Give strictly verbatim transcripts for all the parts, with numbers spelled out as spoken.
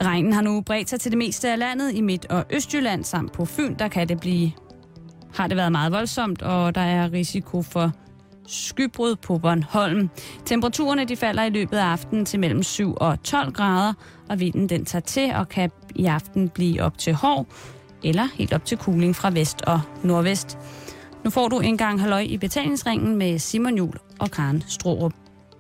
Regnen har nu bredt sig til det meste af landet i Midt- og Østjylland samt på Fyn. Der kan det blive, har det været meget voldsomt, og der er risiko for skybrud på Bornholm. Temperaturerne de falder i løbet af aftenen til mellem syv og tolv grader, og vinden den tager til og kan i aften blive op til hård eller helt op til kuling fra vest og nordvest. Nu får du en gang halløj i betalingsringen med Simon Juhl og Karen Strohrup.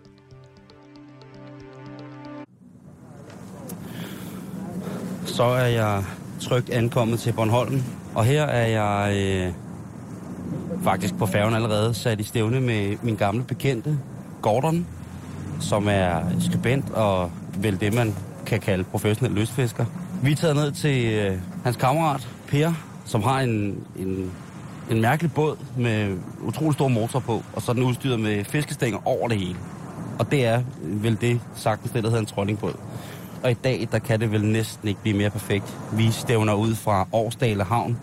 Så er jeg trygt ankommet til Bornholm, og her er jeg øh, faktisk på færgen allerede sat i stævne med min gamle bekendte, Gordon, som er skribent og vel det, man kan kalde professionel lystfisker. Vi er taget ned til øh, hans kammerat, Per, som har en, en, en mærkelig båd med utrolig stor motor på, og så er den udstyret med fiskestænger over det hele. Og det er vel det sagtens det, der hedder en trollingbåd. Og i dag, der kan det vel næsten ikke blive mere perfekt. Vi stævner ud fra Årsdale Havn.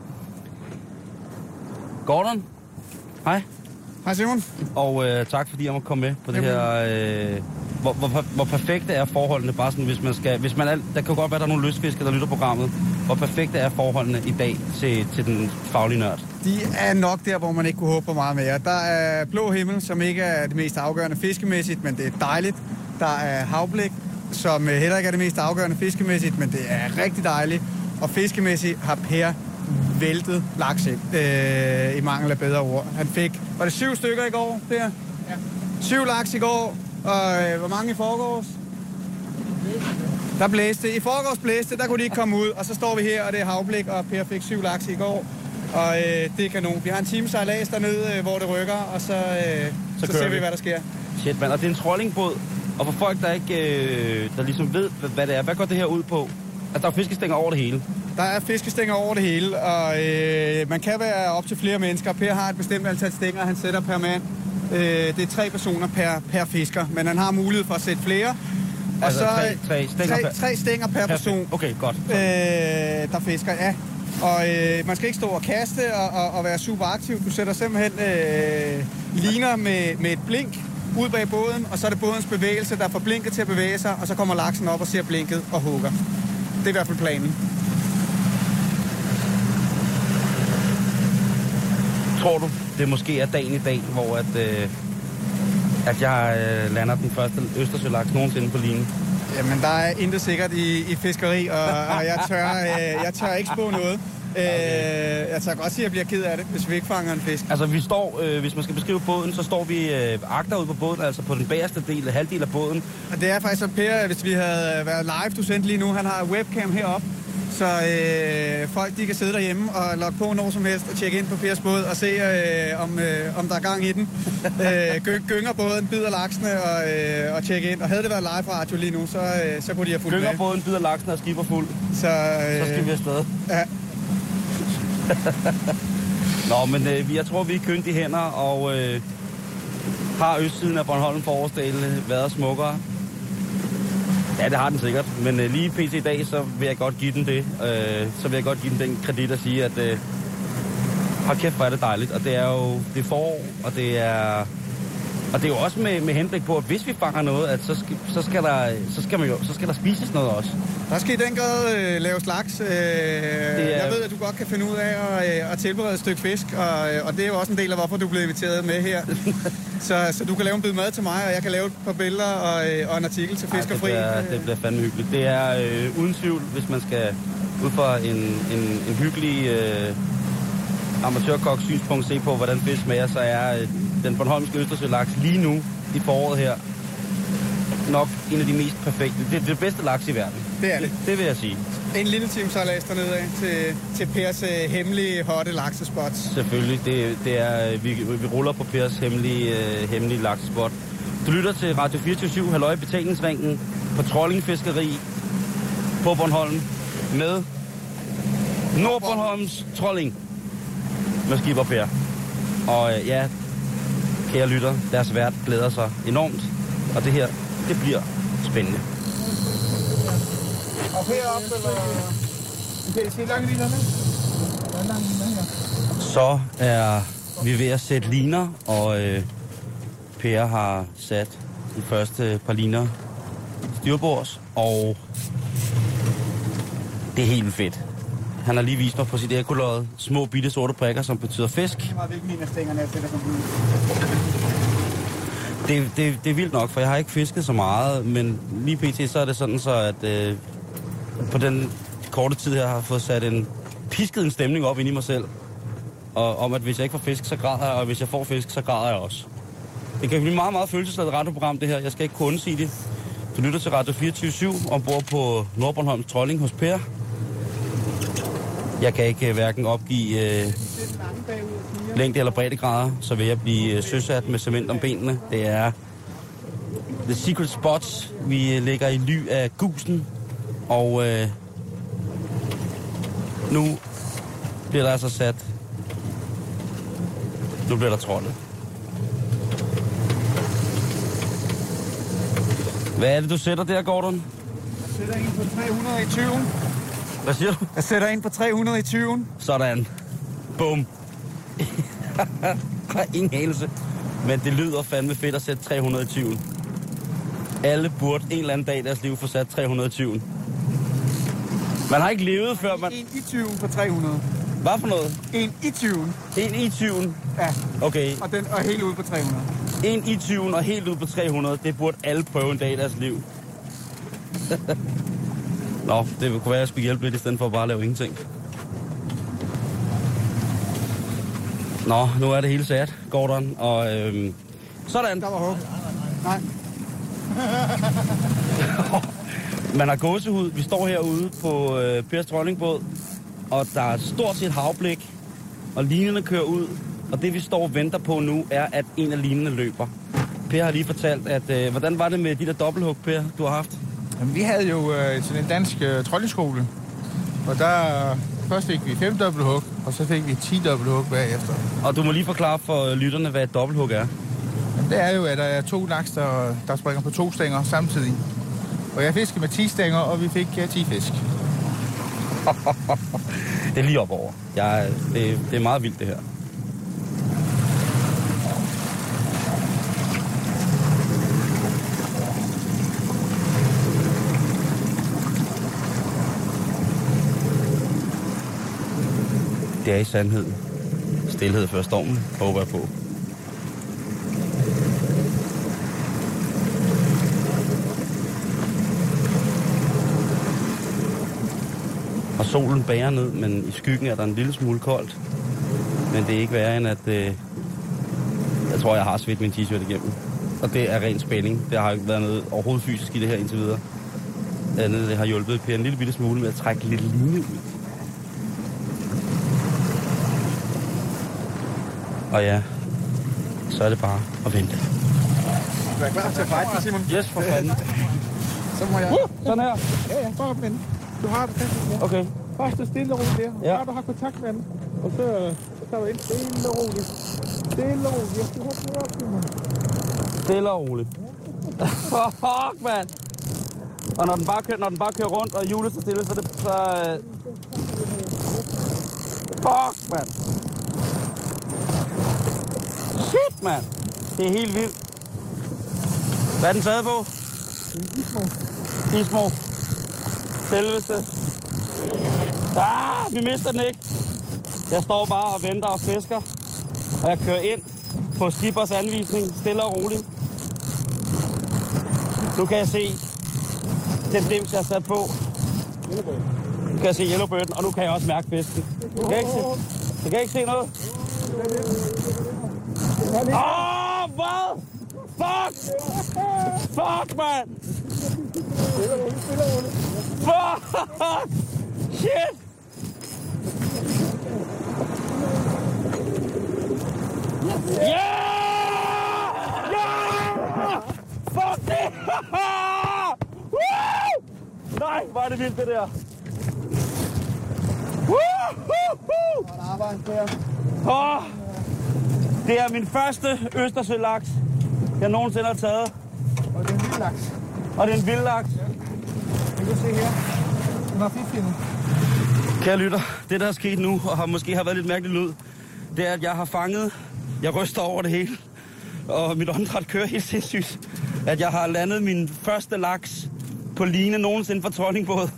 Gordon, hej. Hej Simon. Og øh, tak fordi jeg må komme med på det her. Øh, hvor, hvor, hvor perfekte er forholdene, bare sådan, hvis man skal... Hvis man er, der kan godt være, der er nogle lystfiskere, der lytter programmet. Hvor perfekte er forholdene i dag til, til den faglige nørd? De er nok der, hvor man ikke kunne håbe på meget mere. Der er blå himmel, som ikke er det mest afgørende fiskemæssigt, men det er dejligt. Der er havblik, som heller ikke er det mest afgørende fiskemæssigt, men det er rigtig dejligt. Og fiskemæssigt har Per væltet laks ind, øh, i mangel af bedre ord. Han fik, var det syv stykker i går, Per? Ja. Syv laks i går, og øh, hvor mange i forgårs? Der blæste. I forgårs blæste, der kunne de ikke komme ud, og så står vi her, og det er havblik, og Per fik syv laks i går. Og øh, det er kanon. Vi har en time sejlads dernede, øh, hvor det rykker, og så, øh, så, så ser vi, vi, hvad der sker. Shit, mand. Og det er en trollingbåd. Og for folk, der ikke øh, der ligesom ved, hvad det er, hvad går det her ud på? Altså, der er fiskestænger over det hele. Der er fiskestænger over det hele, og øh, man kan være op til flere mennesker. Per har et bestemt antal stænger, han sætter per mand. Øh, det er tre personer per, per fisker, men han har mulighed for at sætte flere. Og altså så tre, tre, stænger tre, per, tre stænger per, per person. Okay, godt. Øh, der fisker, ja. Og øh, man skal ikke stå og kaste og, og, og være super aktiv. Du sætter simpelthen øh, liner med, med et blink ud bag båden, og så er det bådens bevægelse, der får blinket til at bevæge sig, og så kommer laksen op og ser blinket og hugger. Det er i hvert fald planen. Tror du, det måske er dagen i dag, hvor at, øh, at jeg øh, lander den første østersølaks nogensinde på linen? Jamen, der er intet sikkert i, i fiskeri, og, og jeg, tør, øh, jeg tør ikke spå noget. Okay. Øh, jeg tør godt sige, at jeg bliver ked af det, hvis vi ikke fanger en fisk. Altså, vi står, øh, hvis man skal beskrive båden, så står vi øh, agter ud på båden, altså på den bagerste del, halvdel af båden. Og det er faktisk så, Per, hvis vi havde været live, du sendte lige nu, han har webcam heroppe, så øh, folk de kan sidde derhjemme og logge på når som helst og tjekke ind på Pers båd og se, øh, om, øh, om der er gang i den. øh, gynger båden, bider laksene og, øh, og tjekke ind. Og havde det været live radio lige nu, så, øh, så kunne de have fulgt med. Gynger båden, bider laksene og skipper fuld. Så, øh, så skal vi afsted. Ja. Nå, men øh, jeg tror, vi er kønt i hænder, og øh, har østsiden af Bornholm for Årsdale været smukkere. Ja, det har den sikkert, men øh, lige pt. I dag, så vil jeg godt give den det. Øh, så vil jeg godt give den den kredit at sige, at øh, hold kæft, hvor er det dejligt. Og det er jo det er forår, og det er... Og det er jo også med, med henblik på, at hvis vi fanger noget, at så skal, så skal, der, så skal, man jo, så skal der spises noget også. Der skal i den grad øh, laves laks. Øh, er... Jeg ved, at du godt kan finde ud af at, øh, at tilberede et stykke fisk, og, og det er jo også en del af, hvorfor du blev inviteret med her. så, så du kan lave en bid mad til mig, og jeg kan lave et par billeder og, øh, og en artikel til Fisk og Fri. Ej, det, bliver, det bliver fandme hyggeligt. Det er øh, uden tvivl, hvis man skal ud fra en, en, en hyggelig øh, amatørkoks synspunkt se på, hvordan fisk smager, så er øh, den bornholmske østersølaks lige nu i foråret her nok en af de mest perfekte. Det er det bedste laks i verden. Det er det. Det, det vil jeg sige. En lille time sejlads dernede af til, til Pers uh, hemmelige hotte laksespots. Selvfølgelig. Det, det er, vi, vi ruller på Pers hemmelige, uh, hemmelige laksespot. Du lytter til Radio fireogtyve syv, halløj betalingsringen, på trollingfiskeri på Bornholm med Nordbornholms trolling med skipper Per. Og uh, ja, kære lytter, deres vært glæder sig enormt, og det her, det bliver spændende. Og heroppe, eller... Okay, skal I lange linerne? Så er vi ved at sætte liner, og øh, Per har sat de første par liner styrbords, og Det er helt fedt. Han har lige vist mig på sit ekkolod små bitte sorte prikker, som betyder fisk. Det er meget vigtigt, mine stængerne, jeg sætter som bud. Det, det, det er vildt nok, for jeg har ikke fisket så meget, men lige pt. Så er det sådan så, at øh, på den korte tid her har jeg fået sat en pisket en stemning op inde i mig selv. Og om, at hvis jeg ikke får fisk, så græder jeg, og hvis jeg får fisk, så græder jeg også. Det kan blive meget, meget følelsesladet radioprogram, det her. Jeg skal ikke kun sige det. Du lytter til Radio fireogtyve syv ombord på Nordbornholms Trolling hos Per. Jeg kan ikke uh, hverken opgive uh, længde eller breddegrader, så vil jeg blive uh, søsat med cement om benene. Det er The Secret Spots. Vi uh, ligger i ly af Gusen, og uh, nu bliver der altså sat. Nu bliver der troldet. Hvad er det, du sætter der, Gordon? Jeg sætter en på tre hundrede i tyven. Hvad siger du? Jeg sætter en på tre hundrede i tyven. Sådan. Bum. Ingen anelse. Men det lyder fandme fedt at sætte tre hundrede i tyven. Alle burde en eller anden dag i deres liv få sat tre hundrede i tyven. Man har ikke levet før man... En i tyven på tre hundrede. Hvad for noget? En i tyven. En i tyven? Ja. Okay. Og, den, og helt ude på tre hundrede. En i tyven og helt ud på tre hundrede, det burde alle prøve en dag i deres liv. Nå, det kunne være, at jeg skulle hjælpe lidt, i stedet for at bare lave ingenting. Nå, nu er det hele sat, Gordon, og øhm, sådan. Der var hug. Nej. Man har gåsehud. Vi står herude på øh, Pers trollingbåd, og der er stort set havblik, og linjerne kører ud. Og det, vi står og venter på nu, er, at en af linjerne løber. Per har lige fortalt, at øh, hvordan var det med de der dobbelthug, Per, du har haft? Jamen, vi havde jo øh, sådan en dansk øh, troldeskole, og der øh, først fik vi fem dobbelthug, og så fik vi ti dobbelthug bagefter. Og du må lige forklare for øh, lytterne, hvad et dobbelthug er. Jamen, det er jo, at der er to laks, der, der springer på to stænger samtidig. Og jeg fiskede med ti stænger, og vi fik øh, ti fisk. Det er lige op over. Jeg, det, det er meget vildt, det her. Det er i sandhed stilhed før stormen, håber jeg på. Og solen bærer ned, men i skyggen er der en lille smule koldt. Men det er ikke værre end, at øh, jeg tror, jeg har svedt min t-shirt igennem. Og det er ren spænding. Det har ikke været noget overhovedet fysisk i det her indtil videre. Andet, det har hjulpet Per en lille bitte smule med at trække lidt linje ud. Og ja, så er det bare at vente. Du er klar til at fight, Simon? Yes, for fanden. Så må jeg... Uh, sådan her. Ja, ja, bare vente. Du har det der. Okay. Bare stå stille og roligt der. Ja. Bare du har kontakt med den. Og så, så tager du ind stille og roligt. Stille og roligt. Jeg skal have det op, Simon. Stille og roligt. Fuck, mand. Og når den bare kører, når den bare kører rundt, og hjulet så stille, så det så... Uh... Fuck, mand. Shit, mand. Det er helt vildt. Hvad er den taget på? Ismo. Ismo. Selveste. Ah, vi mister den ikke. Jeg står bare og venter og fisker. Og jeg kører ind på skippers anvisning, stille og roligt. Nu kan jeg se den dims, jeg har sat på. Nu kan jeg se yellowbirden, og nu kan jeg også mærke fisken. Jeg kan ikke se, jeg kan ikke se noget. Åh, oh, hvad? Fuck! Fuck, man! Fuck! Shit! Yeah! Yeah! Fuck det! Woo! Nej, hvor er det vildt, det der. Woo! Godt arbejde, Per. Åh, det er min første østersølaks, jeg nogensinde har taget. Og det er en vild laks. Og det er en vildlaks. Ja. Kan du se her? Den har fisk nu. Kære lytter, det der er sket nu, og har måske har været lidt mærkeligt lyd, det er, at jeg har fanget, jeg ryster over det hele, og mit åndedræt kører helt sindssygt, at jeg har landet min første laks på line nogensinde fra trollingbåd.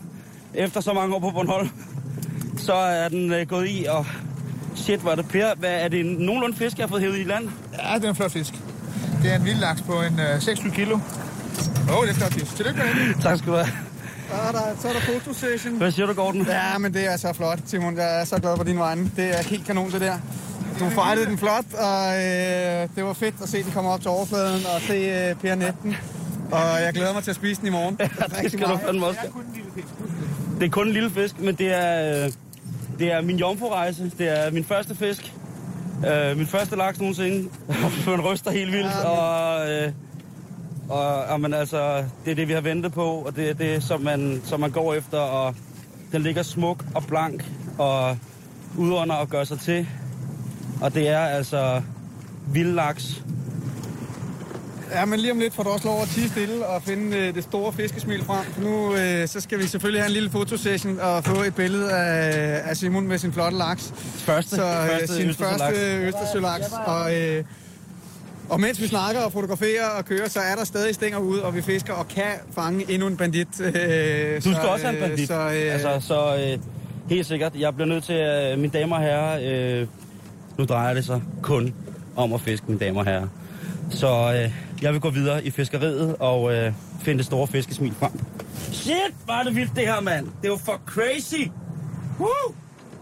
efter så mange år på Bornholm, så er den øh, gået i, og shit, hvor er det Per. Hvad, er det en nogenlunde fisk, jeg har fået hævet i land? Ja, det er en flot fisk. Det er en vildlaks på en øh, seksogtyve kilo. Åh, oh, det er flot fisk. Tillykke med det. Tak skal du have. Så er der, så er der fotosession. Hvad siger du, Gordon? Ja, men det er så flot, Simon. Jeg er så glad på din vegne. Det er helt kanon, det der. Du fejlede den flot, og øh, det var fedt at se den komme op til overfladen og se øh, Per Netten. Og jeg glæder mig til at spise den i morgen. Ja, det skal du fandme også. Det er kun en lille fisk. Det er kun en lille fisk, men det er, øh, det er min jomfrurejse. Det er min første fisk. Øh, min første laks nogensinde. Man ryster helt vildt, ja, og... Øh, Og, og man, altså, det er det, vi har ventet på, og det er det, som man, som man går efter, og den ligger smuk og blank og udunder og gør sig til. Og det er altså vildlaks. Ja, men lige om lidt får du også lov at tie stille og finde øh, det store fiskesmil frem. For nu øh, så skal vi selvfølgelig have en lille fotosession og få et billede af, af Simon med sin flotte laks. Første, Så øh, første sin første østersølaks. Og... Øh, Og mens vi snakker og fotograferer og kører, så er der stadig stænger ude, og vi fisker og kan fange endnu en bandit. Øh, du skal så, også have en bandit. Så, øh, altså, så øh, helt sikkert. Jeg bliver nødt til, øh, mine damer og herrer, øh, nu drejer det sig kun om at fiske, mine damer og herrer. Så øh, jeg vil gå videre i fiskeriet og øh, finde det store fiskesmil frem. Shit, hvor er det vildt det her, mand. Det er jo for crazy. Woo!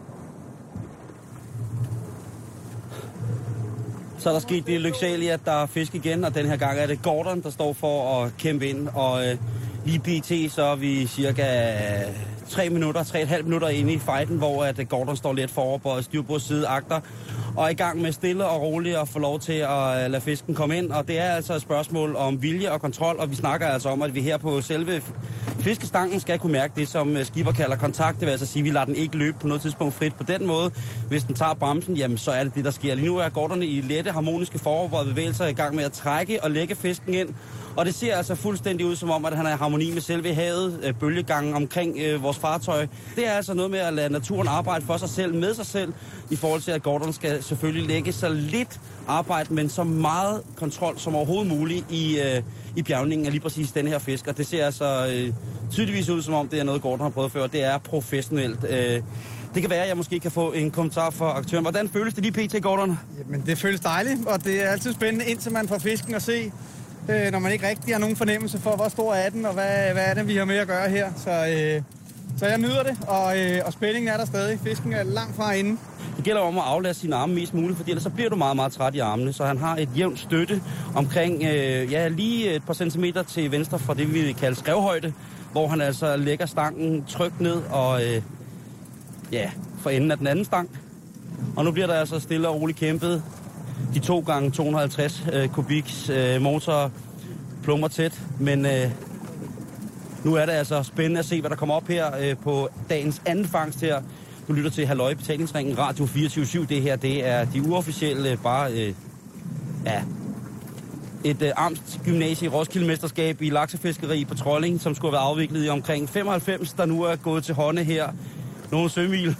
Så er der sket det lyksalige, at der er fisk igen, og den her gang er det Gordon, der står for at kæmpe ind. Og øh, lige pt. Så er vi cirka tre minutter, tre og et halvt minutter inde i fighten, hvor at Gordon står lidt forover på styrbords side agter, og er i gang med stille og roligt at få lov til at lade fisken komme ind. Og det er altså et spørgsmål om vilje og kontrol, og vi snakker altså om, at vi her på selve fiskestangen skal kunne mærke det, som skipper kalder kontakt. Det vil altså sige, at vi lader den ikke løbe på noget tidspunkt frit på den måde. Hvis den tager bremsen, jamen så er det det, der sker. Lige nu er Gordon i lette, harmoniske foroverbevægelser bevægelser i gang med at trække og lægge fisken ind. Og det ser altså fuldstændig ud som om, at han er i harmoni med selve havet, bølgegangen omkring øh, vores fartøj. Det er altså noget med at lade naturen arbejde for sig selv, med sig selv, i forhold til, at Gordon skal selvfølgelig lægge så lidt arbejde, men så meget kontrol som overhovedet muligt i, øh, i bjergningen af lige præcis denne her fisk. Og det ser altså øh, tydeligvis ud som om, det er noget, Gordon har prøvet før. Det er professionelt. Øh, det kan være, at jeg måske kan få en kommentar fra aktøren. Hvordan føles det lige pt, Gordon? Jamen, det føles dejligt, og det er altid spændende, indtil man får fisken at se, øh, når man ikke rigtig har nogen fornemmelse for, hvor stor er den, og hvad, hvad er det, vi har med at gøre her. Så, øh, så jeg nyder det, og, øh, og spændingen er der stadig. Fisken er langt fra inde. Det gælder om at aflaste sine arme mest muligt, fordi ellers så bliver du meget, meget træt i armene. Så han har et jævnt støtte omkring, øh, ja, lige et par centimeter til venstre fra det, vi vil kalde skrevhøjde, hvor han altså lægger stangen trygt ned og, øh, ja, for enden af den anden stang. Og nu bliver der altså stille og roligt kæmpet. De to gange to hundrede og halvtreds øh, kubiks øh, motor plummer tæt, men øh, nu er det altså spændende at se, hvad der kommer op her øh, på dagens anden fangst her. Du lytter til Halløj Betalingsringen, Radio fireogtyve syv. Det her, det er de uofficielle, bare, øh, ja, et øh, amtsgymnasie i Roskilde-mesterskab i laksefiskeri på trolling, som skulle have været afviklet i omkring femoghalvfems, der nu er gået til hånde her. Nogle sømil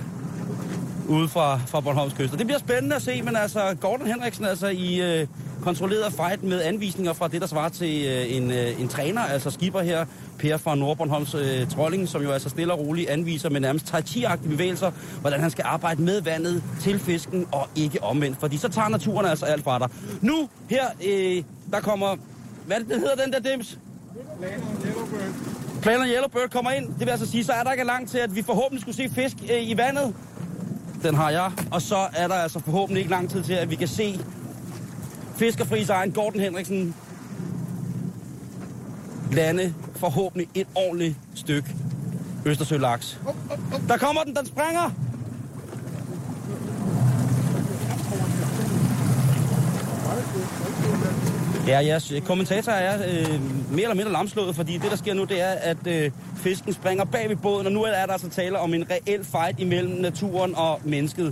ude fra, fra Bornholms kyst. Og det bliver spændende at se, men altså Gordon Henriksen altså i øh, kontrolleret fight med anvisninger fra det, der svarer til øh, en, øh, en træner, altså skipper her, Per fra Nordbornholms øh, trolling, som jo altså stille og roligt anviser med nærmest tai chi-agtige bevægelser, hvordan han skal arbejde med vandet til fisken og ikke omvendt, fordi så tager naturen altså alt fra dig. Nu her, øh, der kommer, hvad det, hedder den der dims? Planer Yellowbird kommer ind. Det vil altså sige, så er der ikke langt til, at vi forhåbentlig skulle se fisk øh, i vandet. Den har jeg. Og så er der altså forhåbentlig ikke lang tid til, at vi kan se fiskerfris egen Gordon Henriksen lande forhåbentlig et ordentligt stykke Østersølaks. Der kommer den, den springer! Ja, jeres kommentator er øh, mere eller mindre lamslået, fordi det, der sker nu, det er, at øh, fisken springer bag ved båden, og nu er der altså tale om en reel fight imellem naturen og mennesket.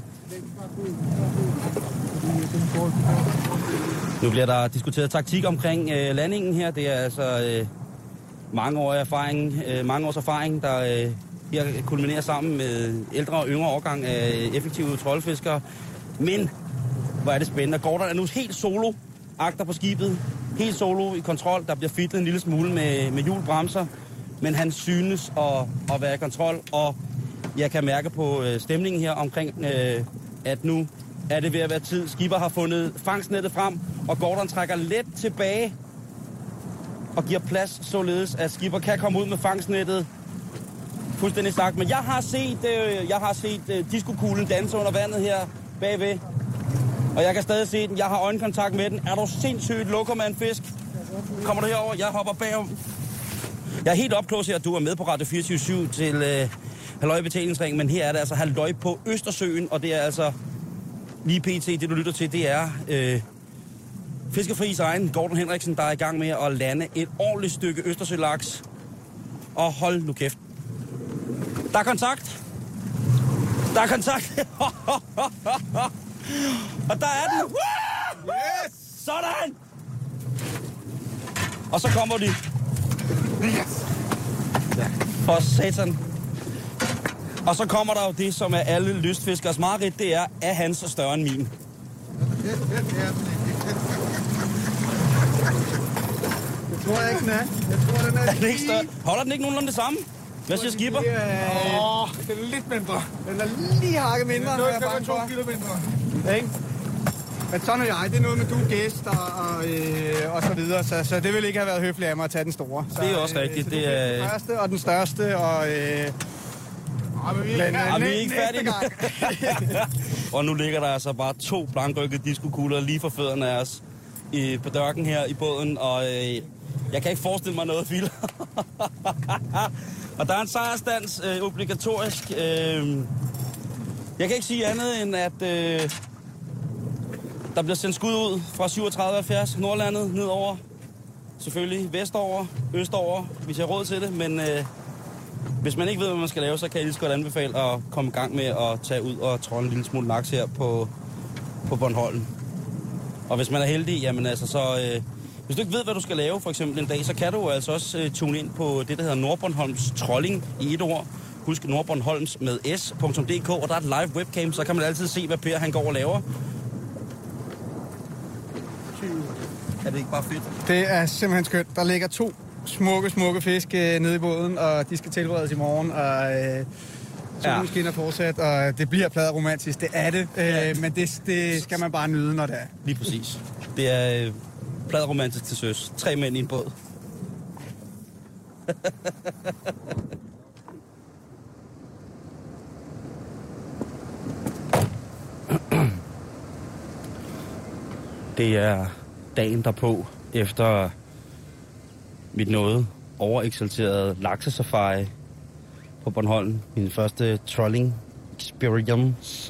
Nu bliver der diskuteret taktik omkring øh, landingen her. Det er altså øh, mange års erfaring, øh, mange års erfaring, der øh, her kulminerer sammen med ældre og yngre årgang af effektive troldfiskere. Men hvor er det spændende. Gordon er nu helt solo. Agter på skibet, helt solo i kontrol. Der bliver fitlet en lille smule med, med hjulbremser. men han synes at, at være i kontrol, og jeg kan mærke på øh, stemningen her omkring, øh, at nu er det ved at være tid. Skipper har fundet fangstnettet frem, og Gordon trækker let tilbage og giver plads, således at Skipper kan komme ud med fangstnettet. Fuldstændig sagt. Men jeg har set, øh, jeg har set øh, diskokuglen danse under vandet her bagved. Og jeg kan stadig se den. Jeg har øjenkontakt med den. Er du sindssygt lukker med en fisk? Kommer du herover? Jeg hopper bagom. Jeg er helt opklås her. Du er med på Radio fireogtyve syv til øh, Halløj Betalingsring. Men her er det altså Halløj på Østersøen. Og det er altså lige pt. Det du lytter til, det er øh, Fiskefris egen Gordon Henriksen, der er i gang med at lande et ordentligt stykke Østersølaks. Og hold nu kæft. Der er kontakt. Der er kontakt. Og der er den. Yes! Sådan. Og så kommer de. Yes! For satan. Og så kommer der jo det, som er alle lystfiskers mareridt. Det er, er hans større end min. Det tror jeg ikke, den er. Jeg tror, den er, Er den ikke større? Holder den ikke nogenlunde det samme? Hvad siger Skipper? Åh, Åh, den er lidt mindre. den er lige hakket mindre, end nul jeg er bange komma to for. kilo mindre. Ikke? Men sådan er jeg. Det er noget med, du er gæst og, og, øh, og så videre. Så, så det ville ikke have været høfligt af mig at tage den store. Så, Det er også rigtigt. Så Det det er er- den første og den største. Og, øh, Ah, men vi er men, ikke øh, Jamen, vi er næ- ikke næste færdige. gang. Og nu ligger der altså bare to blankrykkede diskokugler lige for fødderne af os i, på dørken her i båden. Og øh, jeg kan ikke forestille mig noget vildt. Og der er en sejrsdans øh, obligatorisk. Øh, jeg kan ikke sige andet end, at øh, der bliver sendt skud ud fra syvogtredive halvfjerds Nordlandet nedover. Selvfølgelig vestover, østover, hvis jeg har råd til det. Men øh, hvis man ikke ved, hvad man skal lave, så kan jeg lige så godt anbefale at komme i gang med at tage ud og tråle en lille smule laks her på, på Bornholm. Og hvis man er heldig, jamen altså så... Øh, hvis du ikke ved, hvad du skal lave for eksempel en dag, så kan du jo altså også øh, tune ind på det, der hedder Nordbornholms Trolling i et ord. Husk Nordbornholms med s punktum d k, og der er et live webcam, så kan man altid se, hvad Per han går og laver. Er det ikke bare fedt? Det er simpelthen skønt. Der ligger to smukke, smukke fisk øh, nede i båden, og de skal tilberedes i morgen. Og øh, solen Ja. skinner fortsat, og det bliver pladeromantisk. Det er det, øh, Ja. men det, det skal man bare nyde, når det er. Lige præcis. Det er øh, pladromantisk til søs. Tre mænd i en båd. Det er dagen derpå, efter mit noget overexalterede laksesafari på Bornholm. Min første trolling experience,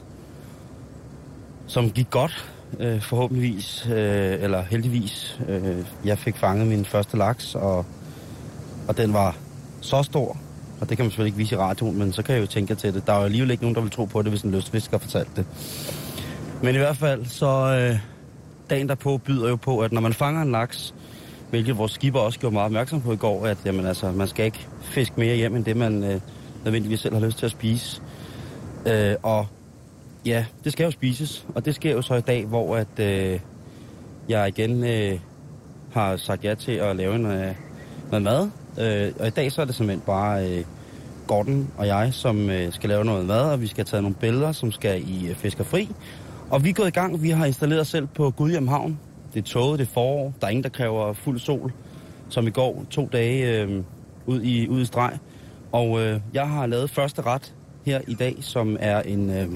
som gik godt, øh, forhåbentligvis, øh, eller heldigvis. Øh, jeg fik fanget min første laks, og, og den var så stor, og det kan man selvfølgelig ikke vise i radioen, men så kan jeg jo tænke til det. Der er jo alligevel ikke nogen, der vil tro på det, hvis en lystfisker fortalte det. Men i hvert fald, så øh, dagen derpå byder jo på, at når man fanger en laks, hvilket vores skipper også gjorde meget opmærksom på i går, at jamen, altså, man skal ikke fiske mere hjem, end det man øh, nødvendigvis selv har lyst til at spise. Øh, og ja, det skal jo spises, og det sker jo så i dag, hvor at, øh, jeg igen øh, har sagt ja til at lave en, øh, noget mad. Øh, og i dag så er det simpelthen bare øh, Gordon og jeg, som øh, skal lave noget mad, og vi skal tage nogle billeder, som skal i øh, Fiskerfri. Og vi er gået i gang, vi har installeret os selv på Gudhjem Havn. Det er tåget, det er forår, der er ingen, der kræver fuld sol, som i går to dage øh, ud, i, ud i streg. Og øh, jeg har lavet første ret her i dag, som er en, øh,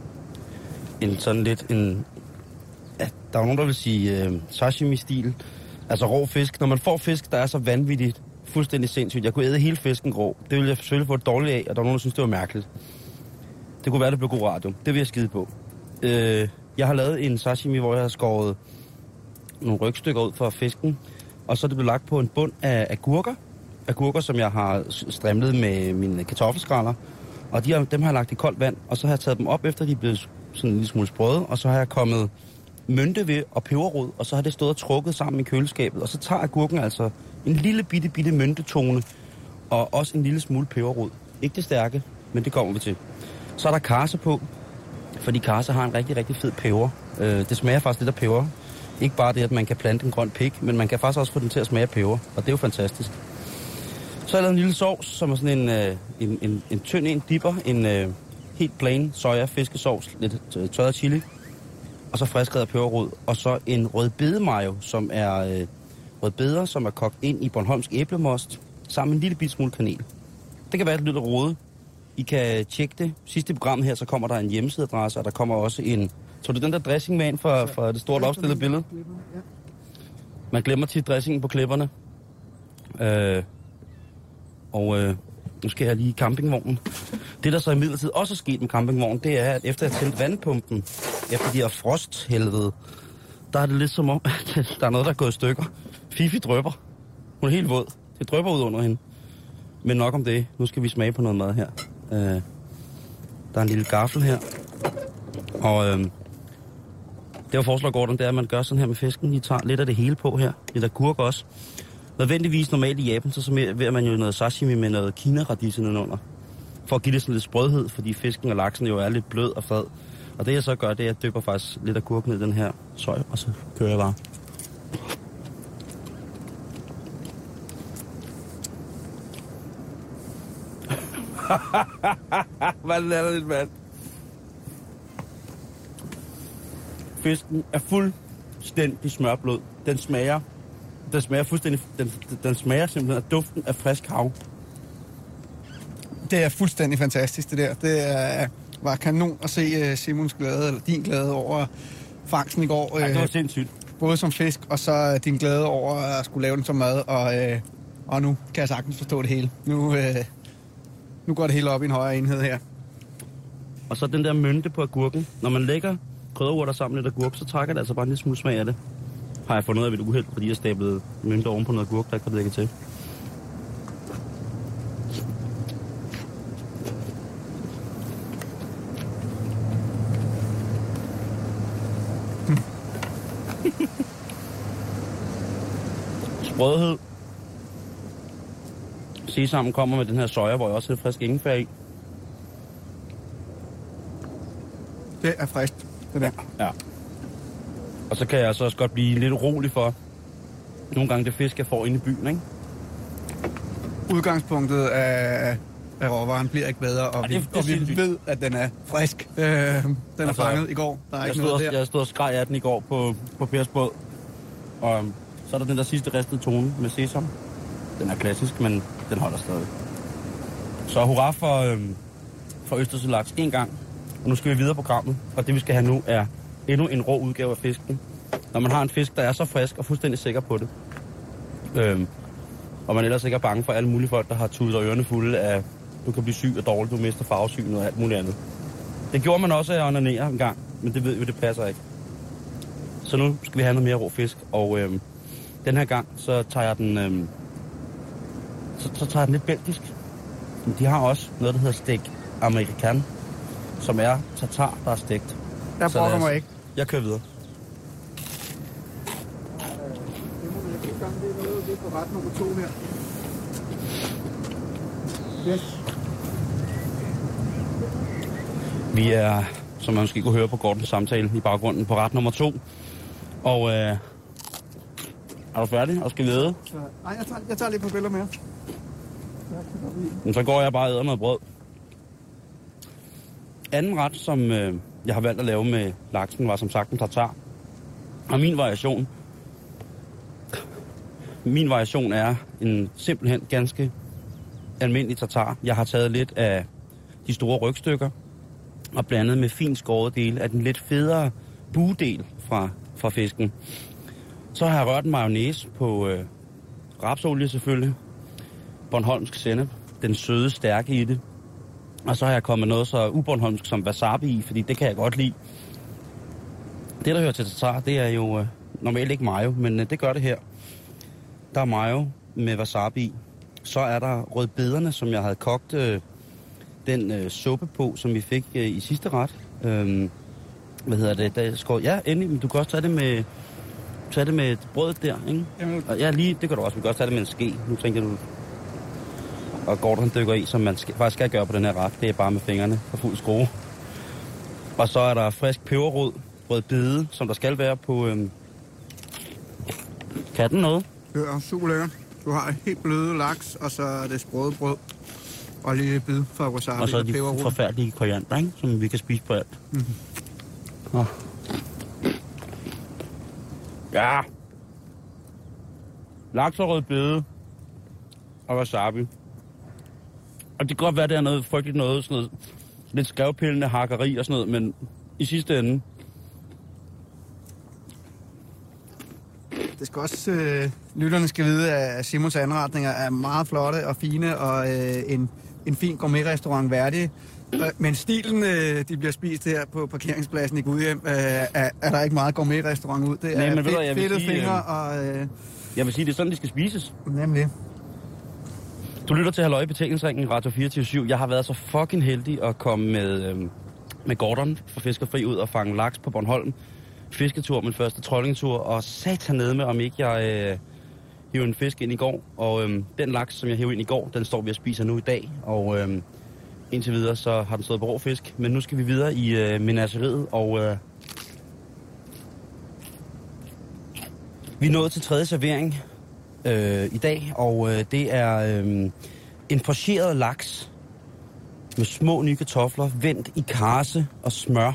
en sådan lidt en... Ja, der er nogen, der vil sige øh, sashimi-stil. Altså rå fisk. Når man får fisk, der er så vanvittigt, fuldstændig sindssygt. Jeg kunne æde hele fisken rå. Det ville jeg selvfølgelig få et dårligt af, og der var nogen, der synes, det var mærkeligt. Det kunne være, det blev god radio. Det vil jeg skide på. Øh, jeg har lavet en sashimi, hvor jeg har skåret nogle rygstykker ud fra fisken, og så er det blevet lagt på en bund af agurker. Agurker, som jeg har strimlet med mine kartoffelskræller. Og de har, dem har jeg lagt i koldt vand, og så har jeg taget dem op, efter de er blevet sådan en lille smule sprøde, og så har jeg kommet mynte ved og peberrod, og så har det stået og trukket sammen i køleskabet, og så tager agurken altså en lille bitte, bitte myntetone, og også en lille smule peberrod. Ikke det stærke, men det kommer vi til. Så er der karse på, fordi karse har en rigtig, rigtig fed peber. Øh, det smager faktisk lidt af peber. Ikke bare det, at man kan plante en grøn pik, men man kan faktisk også få den til at smage af peber, og det er jo fantastisk. Så har jeg lavet en lille sovs, som er sådan en, øh, en, en, en tynd en dipper, en øh, helt plain soja fiskesovs, lidt tørret chili, og så friskredet peberrod, og så en rødbedemayo, som er øh, rødbeder, som er kogt ind i bornholmsk æblemost, sammen med en lille bit smule kanel. Det kan være lidt rode. I kan tjekke det. Sidste program her, så kommer der en hjemmesideadresse, og der kommer også en... Så du den der dressing med ind fra, fra det store opstillede billede? Man glemmer tit dressingen på klipperne. Øh, og øh, nu skal jeg lige i campingvognen. Det, der så imidlertid også er sket med campingvognen, det er, at efter at jeg tændte vandpumpen, efter de her frosthelvede, der er det lidt som om, at der er noget, der er gået i stykker. Fifi drøber. Hun er helt våd. Det drøber ud under hende. Men nok om det. Nu skal vi smage på noget mad her. Øh, der er en lille gaffel her. Og øh, det, jeg foreslår, Gordon, det er, at man gør sådan her med fisken. I tager lidt af det hele på her. Lidt agurk også. Nødvendigvis normalt i Japan, så serverer man jo noget sashimi med noget kina-radise nedenunder. For at give det sådan lidt sprødhed, fordi fisken og laksen jo er lidt blød og fad. Og det jeg så gør, det er, at jeg dypper faktisk lidt agurk ned i den her søj, og så kører jeg bare. Hvad er det lidt, mand? Fisken er fuldstændig smørblød. Den smager, den smager fuldstændig, den, den smager simpelthen af duften af frisk hav. Det er fuldstændig fantastisk, det der. Det er, var kanon at se Simons glæde, eller din glæde over fangsten i går. Ja, det var sindssygt. Både som fisk, og så din glæde over at skulle lave den som mad, og, og nu kan jeg sagtens forstå det hele. Nu... Nu går det hele op i en højere enhed her. Og så den der mynte på agurken. Når man lægger krydderurter sammen med lidt agurk, så trækker det altså bare en lille smule smag af det. Har jeg fundet ud af ved et uheld, fordi jeg stablede mynte oven på noget agurk, der kan lægge til. Hmm. Sprødhed. Sesam kommer med den her soja, hvor jeg også har frisk ingefær i. Det er frisk, det der. Ja. Og så kan jeg så også godt blive lidt urolig for nogle gange det fisk, jeg får inde i byen, ikke? Udgangspunktet af, af råvaren bliver ikke bedre, og, ja, det, vi, og vi ved, at den er frisk. Øh, den er altså, fanget i går. Der er ikke noget også, der. Jeg stod og skreg af den i går på, på Pers båd. Og så er der den der sidste ristede tone med sesam. Den er klassisk, men den holder stadig. Så hurra for, øhm, for Østersø Laks en gang. Og nu skal vi videre på programmet. Og det vi skal have nu er endnu en rå udgave af fisken. Når man har en fisk, der er så frisk og fuldstændig sikker på det. Øhm, og man ellers ikke er bange for alle mulige folk, der har tudet og ørerne fulde af, du kan blive syg og dårlig, du mister farvesynet og alt muligt andet. Det gjorde man også af at onanere en gang, men det ved vi, det passer ikke. Så nu skal vi have noget mere rå fisk. Og øhm, den her gang, så tager jeg den... Øhm, Så, så tager jeg den lidt belgisk. Men de har også noget, der hedder steak american, som er tartar, der er stegt. Jeg brokker mig ikke. Jeg kører videre. Det må vi ikke gange, det er noget, det er på ret nummer to her. Yes. Vi er, som man måske kunne høre på Gordons samtale i baggrunden, på ret nummer to. Og øh, er du færdig og skal lede? Nej, jeg tager, jeg tager lige på billeder mere. Men så går jeg bare og æder noget brød. Anden ret, som øh, jeg har valgt at lave med laksen, var som sagt en tartar. Og min variation, min variation er en simpelthen ganske almindelig tartar. Jeg har taget lidt af de store rygstykker og blandet med fint skåret dele af den lidt federe bugedel fra, fra fisken. Så har jeg rørt en mayonnaise på øh, rapsolie selvfølgelig, bornholmsk sennep, den søde stærke i det. Og så har jeg kommet noget så ubornholmsk som wasabi i, fordi det kan jeg godt lide. Det, der hører til tartar, det er jo øh, normalt ikke mayo, men øh, det gør det her. Der er mayo med wasabi i. Så er der rødbederne, som jeg havde kogt øh, den øh, suppe på, som vi fik øh, i sidste ret. Øh, hvad hedder det? Der skår, ja, endelig, men du kan også tage det med, tage det med brødet der, ikke? Jamen. Og ja, lige, det kan du også. Vi kan også tage det med en ske. Nu tænker du... Og Gordon dykker i, som man skal, faktisk skal gøre på den her ret. Det er bare med fingrene for fuld skrue. Og så er der frisk peberrod, rødbede, som der skal være på... Øhm... Kan den noget? Ja, super lækker. Du har helt bløde laks, og så er det sprøde brød. Og en lille bid fra wasabi og så er de peberrod. forfærdelige koriander, ikke? Som vi kan spise på alt. Mm-hmm. Oh. Ja. Laks og rødbede og wasabi. Og det kan godt være, det er noget frygteligt noget, sådan noget lidt skrævpillende hakkeri og sådan noget, men i sidste ende... Det skal også... Øh, lytterne skal vide, at Simons anretninger er meget flotte og fine, og øh, en, en fin gourmetrestaurant værdig. Men stilen, øh, de bliver spist her på parkeringspladsen i Gudhjem, øh, er, er der ikke meget gourmetrestaurant ud. Det Nej, er men fedt, jeg fedtede sige, fingre øh, og... Øh, jeg vil sige, det er sådan, de skal spises. Nemlig. Du lytter til Halløj i Betalingsringen, Radio fireogtyve syv. Jeg har været så fucking heldig at komme med, øh, med Gordon fra Fiskerfri ud og fange laks på Bornholm. Fisketur, min første troldingtur, og satan nede med, om ikke jeg øh, hiver en fisk ind i går. Og øh, den laks, som jeg hævde ind i går, den står vi og spiser nu i dag. Og øh, indtil videre, så har den stået på rå fisk. Men nu skal vi videre i øh, menageriet, og øh, vi er nået til tredje servering øh, i dag. Og øh, det er øh, en pocheret laks med små nye kartofler, vendt i karse og smør.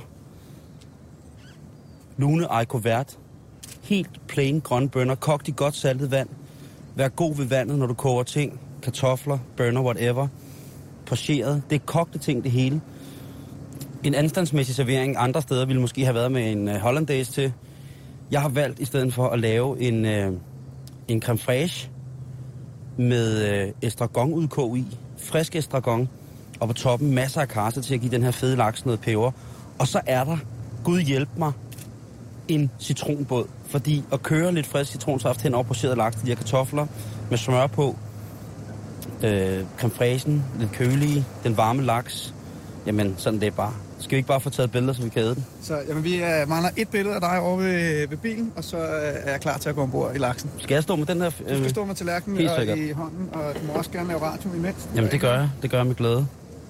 Lune Eicovert. Helt plain grønne bønner, kogt i godt saltet vand. Vær god ved vandet, når du koger ting. Kartofler, bønner, whatever. Pocheret. Det er kogte ting, det hele. En anstandsmæssig servering andre steder ville måske have været med en uh, hollandaise til. Jeg har valgt i stedet for at lave en, uh, en creme fraiche med uh, estragonudkog i. Frisk estragon. Og på toppen masser af karse til at give den her fede laks noget peber. Og så er der, Gud hjælp mig, en citronbåd. Fordi at køre lidt frisk citronsaft hen over pocheret laks, de her kartofler med smør på, øh, creme fraichen, lidt kølige, den varme laks. Jamen, sådan det er bare. Skal vi ikke bare få taget billeder, så vi kan æde den? Så jamen, vi uh, mangler et billede af dig over ved, ved bilen, og så uh, er jeg klar til at gå ombord i laksen. Skal jeg stå med den her? Øh, du skal stå med tallerkenen og i hånden, og du må også gerne lave radio imens. Jamen, det gør jeg. Det gør jeg med glæde.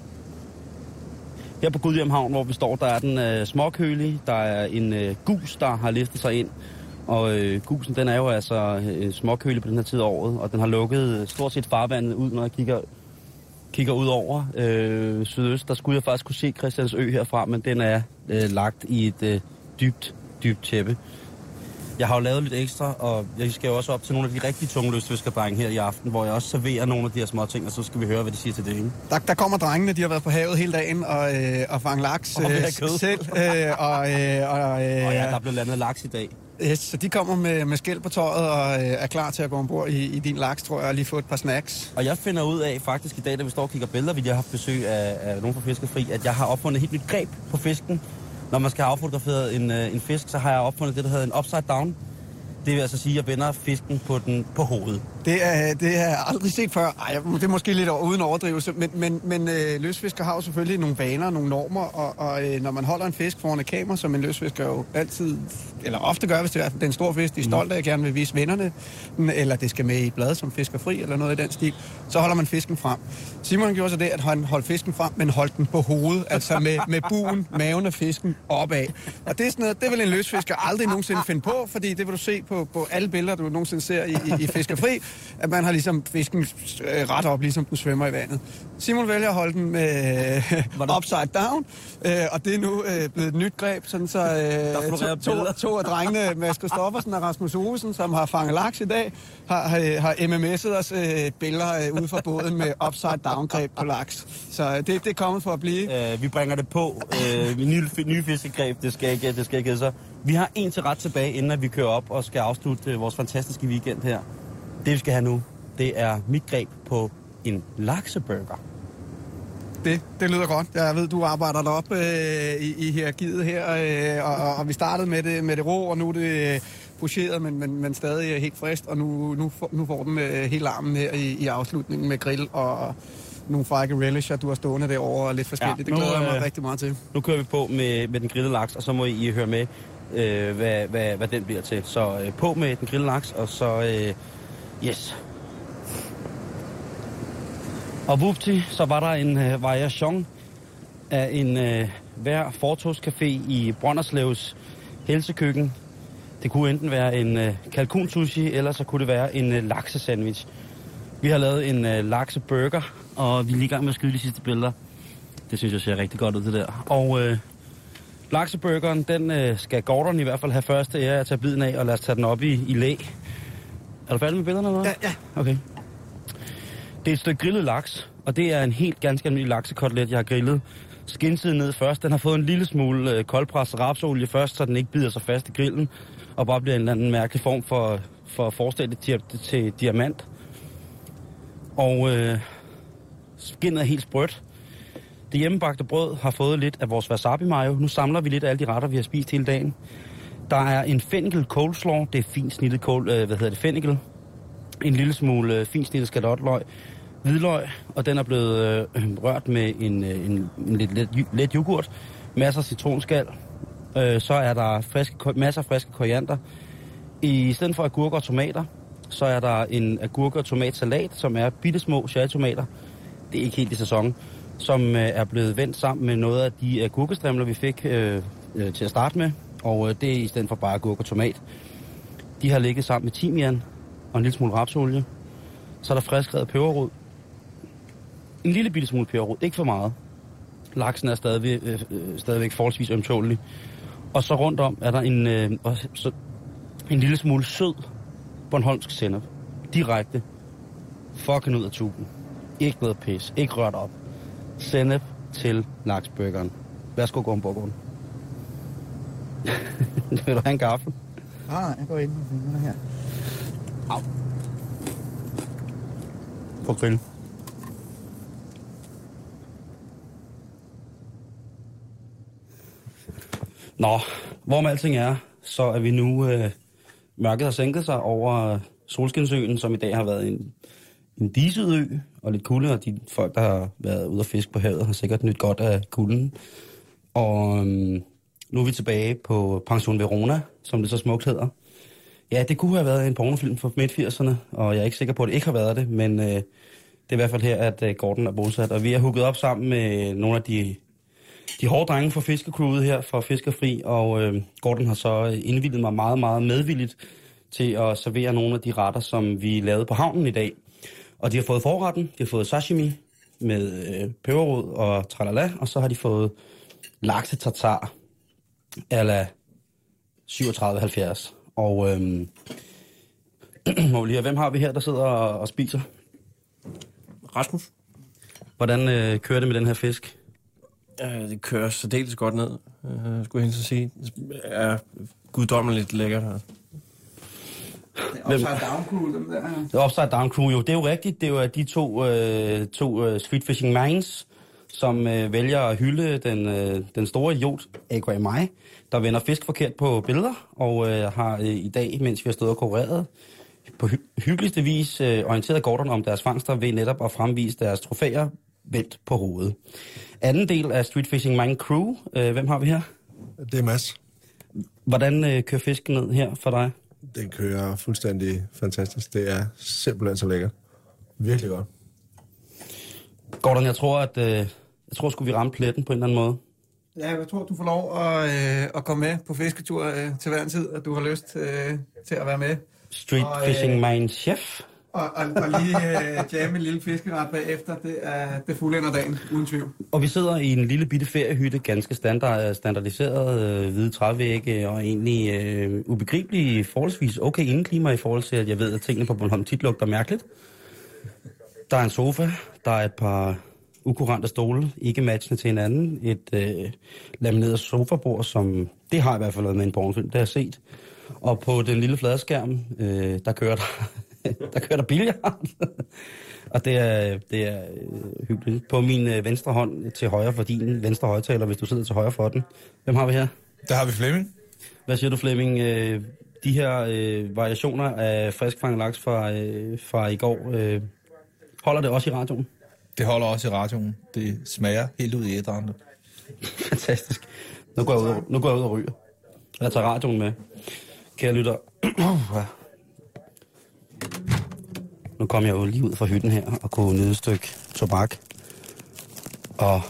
Her på Gudhjem Havn, hvor vi står, der er den øh, småkølige. Der er en øh, gus, der har listet sig ind. Og øh, gusen, den er jo altså øh, småkølig på den her tid af året. Og den har lukket stort set farvandet ud, når jeg kigger, kigger ud over øh, sydøst. Der skulle jeg faktisk kunne se Christiansø herfra, men den er øh, lagt i et øh, dybt, dybt tæppe. Jeg har jo lavet lidt ekstra, og jeg skal jo også op til nogle af de rigtig tunge lystfiskerdrenge her i aften, hvor jeg også serverer nogle af de her små ting, og så skal vi høre, hvad de siger til det, ikke? Der, der kommer drengene, de har været på havet hele dagen og, øh, og fange laks og øh, selv. Øh, og, øh, og, øh, og ja, der er blevet landet laks i dag. Yes, så de kommer med, med skæld på tøjet og øh, er klar til at gå ombord i, i din laks, tror jeg, og lige få et par snacks. Og jeg finder ud af faktisk i dag, da vi står og kigger billeder, vi har haft besøg af, af nogen fra Fiskerfri, at jeg har opfundet et helt nyt greb på fisken. Når man skal have affotograferet en, øh, en fisk, så har jeg opfundet det, der hedder en upside down. Det vil altså sige, at jeg vender fisken på, den, på hovedet. Det er, det har jeg aldrig set før. Ej, det er måske lidt uden overdrivelse, men, men, men øh, løsfisker har jo selvfølgelig nogle vaner, nogle normer, og, og øh, når man holder en fisk foran et kamera, som en løsfisker jo altid, eller ofte gør, hvis det er en stor fisk, de er stolte af, gerne vil vise vennerne, eller det skal med i blad som Fiskerfri, eller noget i den stil, så holder man fisken frem. Simon gjorde så det, at han holdt fisken frem, men holdt den på hovedet, altså med, med buen, maven af fisken opad. Og det er sådan noget, det vil en løsfisker aldrig nogensinde finde på, fordi det vil du se på, på alle billeder, du nogensinde ser i, i, i Fiskerfri, at man har ligesom fisken øh, ret op, ligesom den svømmer i vandet. Simon vælger at holde den med øh, upside down, øh, og det er nu øh, blevet et nyt greb, sådan så øh, to, to, to af drengene, Mads Christoffersen og Rasmus Ovesen, som har fanget laks i dag, har, har, har M M S'et os øh, billeder øh, ude fra båden med upside down greb på laks. Så øh, det, det er kommet for at blive. Øh, vi bringer det på. Øh, nye, nye fiskegreb, det skal ikke, det skal ikke så. Vi har en til ret tilbage, inden at vi kører op og skal afslutte øh, vores fantastiske weekend her. Det vi skal have nu, det er mit greb på en lakseburger. Det, det lyder godt. Jeg ved, du arbejder deroppe øh, i, i hierarkiet her, øh, og, og vi startede med det, med det rå, og nu er det øh, pocheret, men, men, men stadig helt frisk, og nu, nu, nu får den øh, hele armen her i, i afslutningen med grill og nogle frække relisher, du har stående derovre, og lidt forskelligt. Ja, nu, det glæder jeg mig øh, rigtig meget til. Nu kører vi på med, med den grillede laks, og så må I høre med, øh, hvad, hvad, hvad den bliver til. Så øh, på med den grillede laks, og så øh, yes. Og vupti, så var der en øh, variation af en øh, hver fortogscafé i Brønderslevs helsekøkken. Det kunne enten være en øh, kalkunsushi, eller så kunne det være en øh, laksesandwich. Vi har lavet en øh, lakseburger, og vi er lige i gang med at skyde de sidste billeder. Det synes jeg ser rigtig godt ud, det der. Og øh, lakseburgeren, den øh, skal Gordon i hvert fald have først. Det er at tage biden af, og lad os tage den op i, i læ. Er du færdig med billederne eller noget? Ja, ja. Okay. Det er et stykke grillet laks, og det er en helt ganske almindelig laksekotelet, jeg har grillet. Skinsiden ned først. Den har fået en lille smule øh, koldpresset rapsolie først, så den ikke bider sig fast i grillen, og bare bliver en eller anden mærkelig form for, for at forestille det til, til diamant. Og øh, skinnet er helt sprødt. Det hjemmebagte brød har fået lidt af vores wasabi mayo. Nu samler vi lidt af alle de retter, vi har spist hele dagen. Der er en fennikel coleslaw. Det er fint snittet kål, øh, hvad hedder det, fennikel. En lille smule øh, fint snittet skalotløg. Hvidløg, og den er blevet øh, rørt med en, øh, en, en lidt let, let yoghurt. Masser af citronskal. Øh, så er der friske, masser af friske koriander. I stedet for agurker og tomater, så er der en agurke- og tomatsalat, som er bittesmå cherrytomater. Det er ikke helt i sæson. Som øh, er blevet vendt sammen med noget af de agurkestrimler, vi fik øh, øh, til at starte med. Og øh, det er i stedet for bare agurk og tomat. De har ligget sammen med timian og en lille smule rapsolie. Så er der friskredet peberrod. En lille bitte smule peberrod, ikke for meget. Laksen er stadigvæk, øh, stadigvæk forholdsvis ømtålig. Og så rundt om er der en, øh, så, en lille smule sød bornholmsk sennep. Direkte. Fucking ud af tuben. Ikke noget pis. Ikke rørt op. Sennep til laksburgeren. Værsgo, Gorm Borgården. Vil du have en gaffel? Nej, nej, jeg går ind på fingrene her. Au. På grill. Nå, hvorom alting er, så er vi nu... Øh, mørket har sænket sig over Solskinsøen, som i dag har været en, en diset ø og lidt kulde, og de folk, der har været ude at fiske på havet, har sikkert nyt godt af kulden. Og øhm, nu er vi tilbage på Pension Verona, som det så smukt hedder. Ja, det kunne have været en pornofilm fra midt firserne, og jeg er ikke sikker på, at det ikke har været det, men øh, det er i hvert fald her, at øh, Gordon er bosat. Og vi er hooket op sammen med nogle af de, de hårde drenge fra fiskecrewet her, fra Fiskerfri, og øh, Gordon har så indvildet mig meget, meget medvilligt til at servere nogle af de retter, som vi lavede på havnen i dag. Og de har fået forretten, de har fået sashimi med øh, peberrod og tralala, og så har de fået laksetartar a la syvogtredive halvfjerds. Og øhm, hvem har vi her, der sidder og, og spiser? Rasmus. Hvordan øh, kører det med den her fisk? Uh, det kører særdeles godt ned, uh, skulle jeg helt sige. Det er guddommeligt lækkert her. Det er upside down crew, dem der. Det er upside down crew, jo. Det er jo rigtigt. Det er jo de to, øh, to øh, street fishing minds, som øh, vælger at hylde den, øh, den store idiot, A K A mig, der vender fisk forkert på billeder, og øh, har øh, i dag, mens vi har stået og konkurreret, på hy- hyggeligste vis øh, orienteret Gordon om deres fangster ved netop at fremvise deres trofæer vendt på hovedet. Anden del af Street Fishing Mind Crew. Øh, hvem har vi her? Det er Mads. Hvordan øh, kører fisken ned her for dig? Den kører fuldstændig fantastisk. Det er simpelthen så lækkert. Virkelig godt. Gordon, jeg tror, at øh, jeg tror, skulle vi ramme pletten på en eller anden måde. Ja, jeg tror, du får lov at, øh, at komme med på fisketur øh, til hver en tid, at du har lyst øh, til at være med. Street og, Fishing øh, Mind Chef. Og, og, og lige øh, jamme en lille fiskeret bagefter, det er det fuldender dagen, uden tvivl. Og vi sidder i en lille bitte feriehytte, ganske standard, standardiseret, øh, hvide trævægge og egentlig øh, ubegribelige, forholdsvis okay indeklima i forhold til, at jeg ved, at tingene på Bornholm tit lugter mærkeligt. Der er en sofa, der er et par ukurante stole, ikke matchende til hinanden, et øh, lamineret sofabord, som det har i hvert fald været med en pornofilm, det har jeg set. Og på den lille fladskærm, øh, der kører der, der kører der billard. Og det er, det er øh, hyggeligt. På min øh, venstre hånd til højre for din venstre højtaler, hvis du sidder til højre for den. Hvem har vi her? Der har vi Flemming. Hvad siger du, Flemming? Øh, de her øh, variationer af friskfanget laks fra, øh, fra i går, øh, holder det også i radioen? Det holder også i radioen. Det smager helt ud i æderen. Fantastisk. Nu går jeg ud og, nu går jeg ud og ryger. Jeg tager radioen med. Kære lytter. Nu kom jeg jo lige ud fra hytten her og kunne nyde et stykke tobak. Og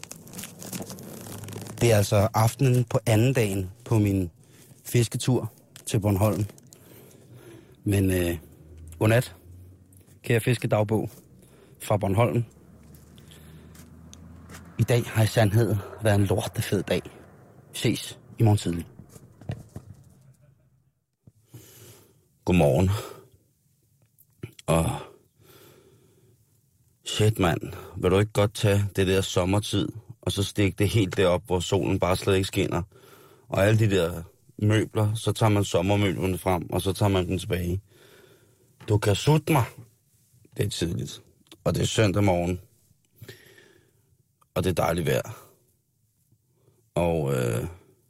det er altså aftenen på anden dagen på min fisketur til Bornholm. Men øh, godnat, kære fiskedagbog fra Bornholm. I dag har i sandhed været en lortefed dag. Ses i morgen tidlig. Godmorgen. Og shit, mand. Vil du ikke godt tage det der sommertid, og så stikke det helt derop, hvor solen bare slet ikke skinner? Og alle de der møbler, så tager man sommermøblerne frem, og så tager man dem tilbage. Du kan sutte mig. Det er tidligt. Og det er søndag morgen. Og det er dejligt vejr. Og øh,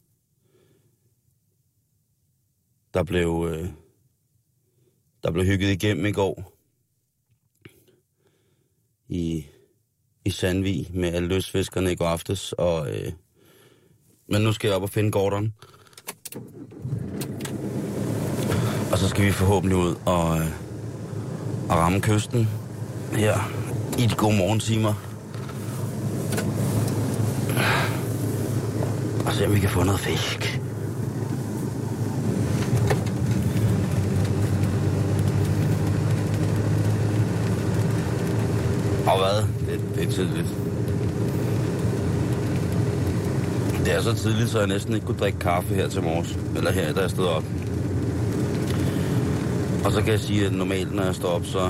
der blev øh, der blev hygget igennem i går i i Sandvig med alle løsfiskerne i går aftes. Og øh, men nu skal jeg op og finde Gordon. Og så skal vi forhåbentlig ud og, øh, og ramme kysten her i de gode morgentimer. Og se om vi kan få noget fisk. Og hvad? Det, det er tidligt. Det er så tidligt, så jeg næsten ikke kunne drikke kaffe her til morges. Eller her, da jeg stod op. Og så kan jeg sige, at normalt, når jeg står op, så...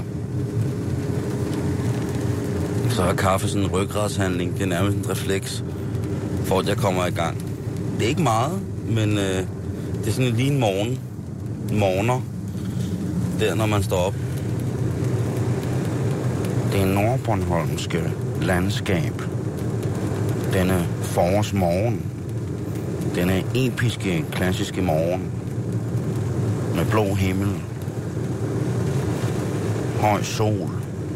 Så er kaffe sådan en ryggradshandling. Det er nærmest en refleks, for at jeg kommer i gang. Det er ikke meget, men øh, det er sådan lige en morgen. Morgener. Der, når man står op. Det er nordbornholmske landskab. Denne forårsmorgen. Denne episke, klassiske morgen. Med blå himmel. Høj sol.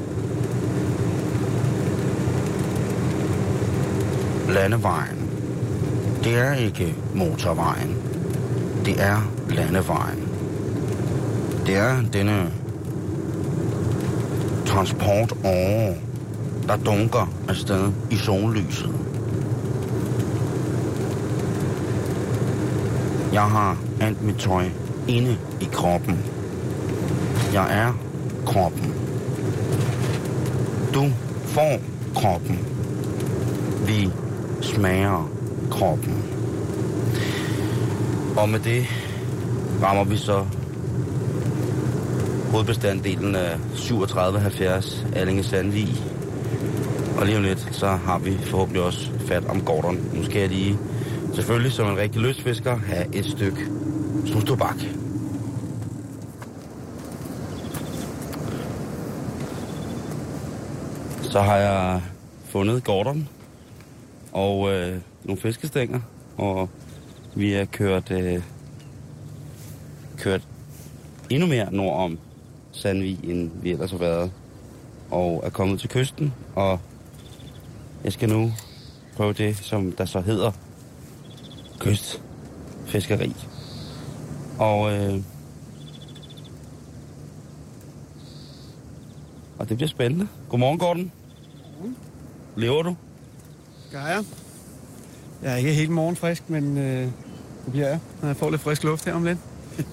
Landevejen. Det er ikke motorvejen. Det er landevejen. Det er denne transportåre, der dunker afsted i sollyset. Jeg har alt mit tøj inde i kroppen. Jeg er kroppen. Du får kroppen. Vi smager kroppen. Og med det rammer vi så hovedbestanddelen af syvogtredive halvfjerds Allinge Sandvig. Og lige om lidt, så har vi forhåbentlig også fat om Gordon. Nu skal jeg lige, selvfølgelig som en rigtig lystfisker, have et stykke snustobak. Så har jeg fundet Gordon og øh, nogle fiskestænger, og vi er kørt, øh, kørt endnu mere nordom Sandvig, end vi ellers har været, og er kommet til kysten, og jeg skal nu prøve det, som der så hedder kystfiskeri. Og, øh, og det bliver spændende. Godmorgen, Gordon. Lever du? Gør jeg. Jeg er ikke helt morgenfrisk, men øh, det bliver jeg, når jeg får lidt frisk luft her om lidt.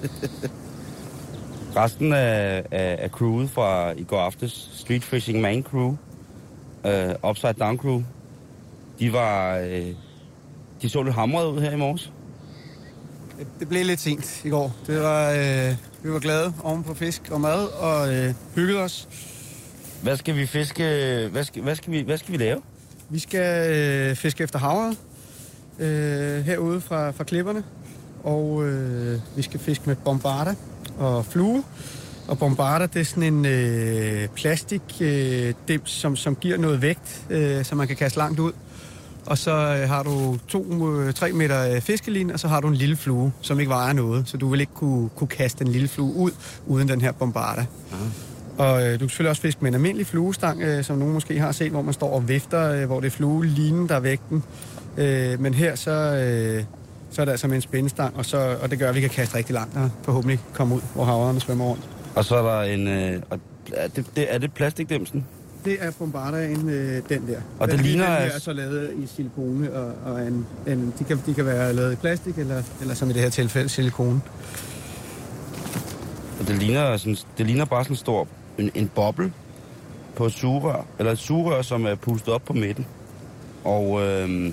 Resten af, af, af crewet fra i går aftes, Street Fishing Main Crew, øh, Upside Down Crew, de var, øh, de så lidt hamrede ud her i morges. Det, det blev lidt sent i går. Det var, øh, vi var glade oven på fisk og mad, og øh, hyggede os. Hvad skal vi fiske? Hvad skal, hvad skal, vi, hvad skal vi lave? Vi skal øh, fiske efter havre øh, herude fra, fra klipperne, og øh, vi skal fiske med bombarder og flue. Og bombarder, det er sådan en øh, plastikdims, øh, som, som giver noget vægt, øh, som man kan kaste langt ud. Og så øh, har du to-tre meter fiskelin, og så har du en lille flue, som ikke vejer noget. Så du vil ikke kunne, kunne kaste en lille flue ud, uden den her bombarder. Aha. Og øh, du kan selvfølgelig også fiske med en almindelig fluestang, øh, som nogen måske har set, hvor man står og vifter, øh, hvor det er fluelinen, der er vægten. Øh, men her så, øh, så er det altså med en spændestang, og, så, og det gør, at vi kan kaste rigtig langt og forhåbentlig komme ud, hvor havrene svømmer rundt. Og så er der en... Øh, er, det, det, er det plastikdæmsen? Det er bombardaen, øh, den der. Og det den, ligner... Den her er så lavet i silikone, og, og en, en, de, kan, de kan være lavet i plastik, eller, eller som i det her tilfælde, silikone. Og det ligner, sådan, det ligner bare sådan en stor en, en boble på et sugerør, eller et sugerør, som er pustet op på midten. Og øh,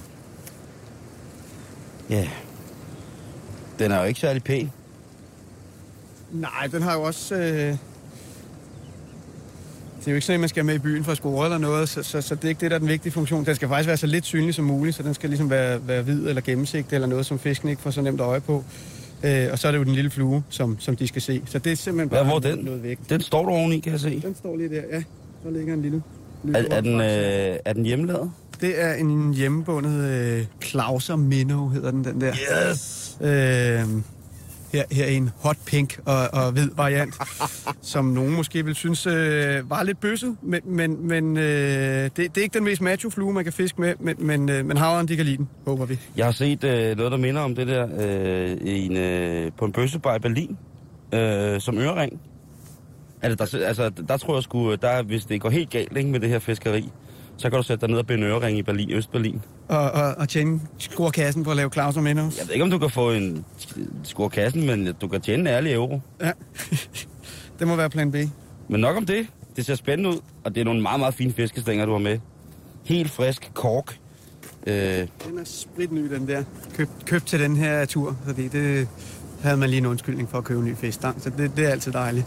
ja, den er jo ikke særlig pæn. Nej, den har jo også... Øh... Det er jo ikke sådan, at man skal med i byen for at score eller noget, så, så, så det er ikke det, der er den vigtige funktion. Den skal faktisk være så lidt synlig som muligt, så den skal ligesom være, være hvid eller gennemsigtig eller noget, som fisken ikke får så nemt øje på. Øh, og så er det jo den lille flue, som, som de skal se. Så det er simpelthen bare ja, hvor den? noget væk. Den står der oveni, kan jeg se. Den står lige der, ja. Der ligger en lille... lille er, er, den, øh, er den hjemmelavet? Det er en hjemmebundet øh, Clauser Minnow, hedder den, den der. Yes! Øh, Her, her en hot pink og, og hvid variant, som nogen måske vil synes øh, var lidt bøsset, men, men, men øh, det, det er ikke den mest macho flue, man kan fiske med, men, men, øh, men havren, de kan lide den, håber vi. Jeg har set øh, noget, der minder om det der øh, en, øh, på en bøssebar i Berlin, øh, som ørering. Altså, der, altså, der tror jeg sgu, der, hvis det går helt galt ikke, med det her fiskeri, så kan du sætte dig ned og binde ørering i Berlin, Øst-Berlin. Og, og, og tjene scorekassen på at lave Clauser Minnows. Jeg ved ikke, om du kan få en scorekassen, men du kan tjene en ærlig euro. Ja, det må være plan B. Men nok om det. Det ser spændende ud, og det er nogle meget, meget fine fiskestænger, du har med. Helt frisk kork. Øh... Den er spritny, den der. Købt køb til den her tur, fordi det havde man lige en undskyldning for at købe en ny fiskestang, så det, det er altid dejligt.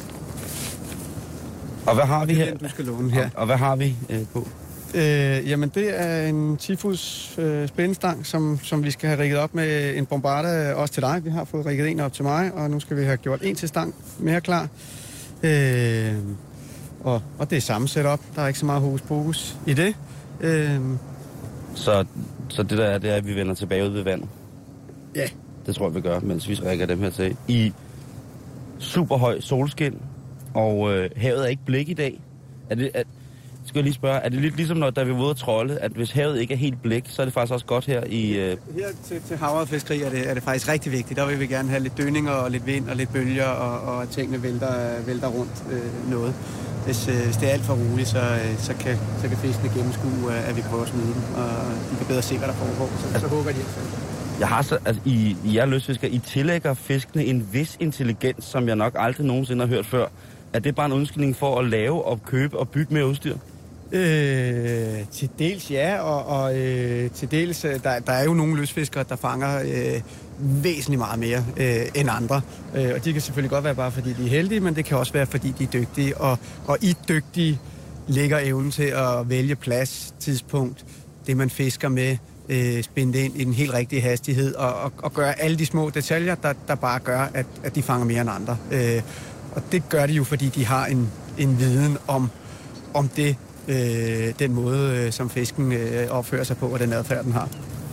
Og hvad har vi her? Det er den, du skal låne her. Og, og hvad har vi øh, på? Øh, jamen, det er en ti fods øh, spændestang, som, som vi skal have rigget op med en bombarde også til dig. Vi har fået rigget en op til mig, og nu skal vi have gjort en til stang mere klar. Øh, og, og det er samme setup. Der er ikke så meget hokus pokus i det. Øh, så, så det der er, det er, at vi vender tilbage ud ved vandet? Ja. Det tror jeg, vi gør, mens vi rækker dem her til. I super høj solskin, og øh, havet er ikke blik i dag. Er det... Er, skal jeg lige spørge, er det lidt ligesom når der vi var ude at trolde, at hvis havet ikke er helt blik, så er det faktisk også godt her i... Øh... Her til, til havrefiskeri er det, er det faktisk rigtig vigtigt. Der vil vi gerne have lidt dønninger og lidt vind og lidt bølger, og, og tingene vælter, vælter rundt øh, noget. Hvis, øh, hvis det er alt for roligt, så, øh, så, kan, så kan fiskene gennemskue, at vi prøver at smide dem, og de kan bedre se, hvad der foregår. Så, altså, så hugger de altså. Jeg har så, altså, I, I er lystfiskere, I tillægger fiskene en vis intelligens, som jeg nok aldrig nogensinde har hørt før. Er det bare en undskyldning for at lave og købe og bygge mere udstyr? Øh, til dels ja, og, og øh, til dels, der, der er jo nogle lystfiskere, der fanger øh, væsentligt meget mere øh, end andre. Øh, og de kan selvfølgelig godt være bare, fordi de er heldige, men det kan også være, fordi de er dygtige. Og, og i dygtige ligger evnen til at vælge plads, tidspunkt, det man fisker med, øh, spænde det ind i den helt rigtige hastighed, og, og, og gøre alle de små detaljer, der, der bare gør, at, at de fanger mere end andre. Øh, og det gør de jo, fordi de har en, en viden om, om det, Øh, den måde, øh, som fisken øh, opfører sig på, og den adfærd, den har.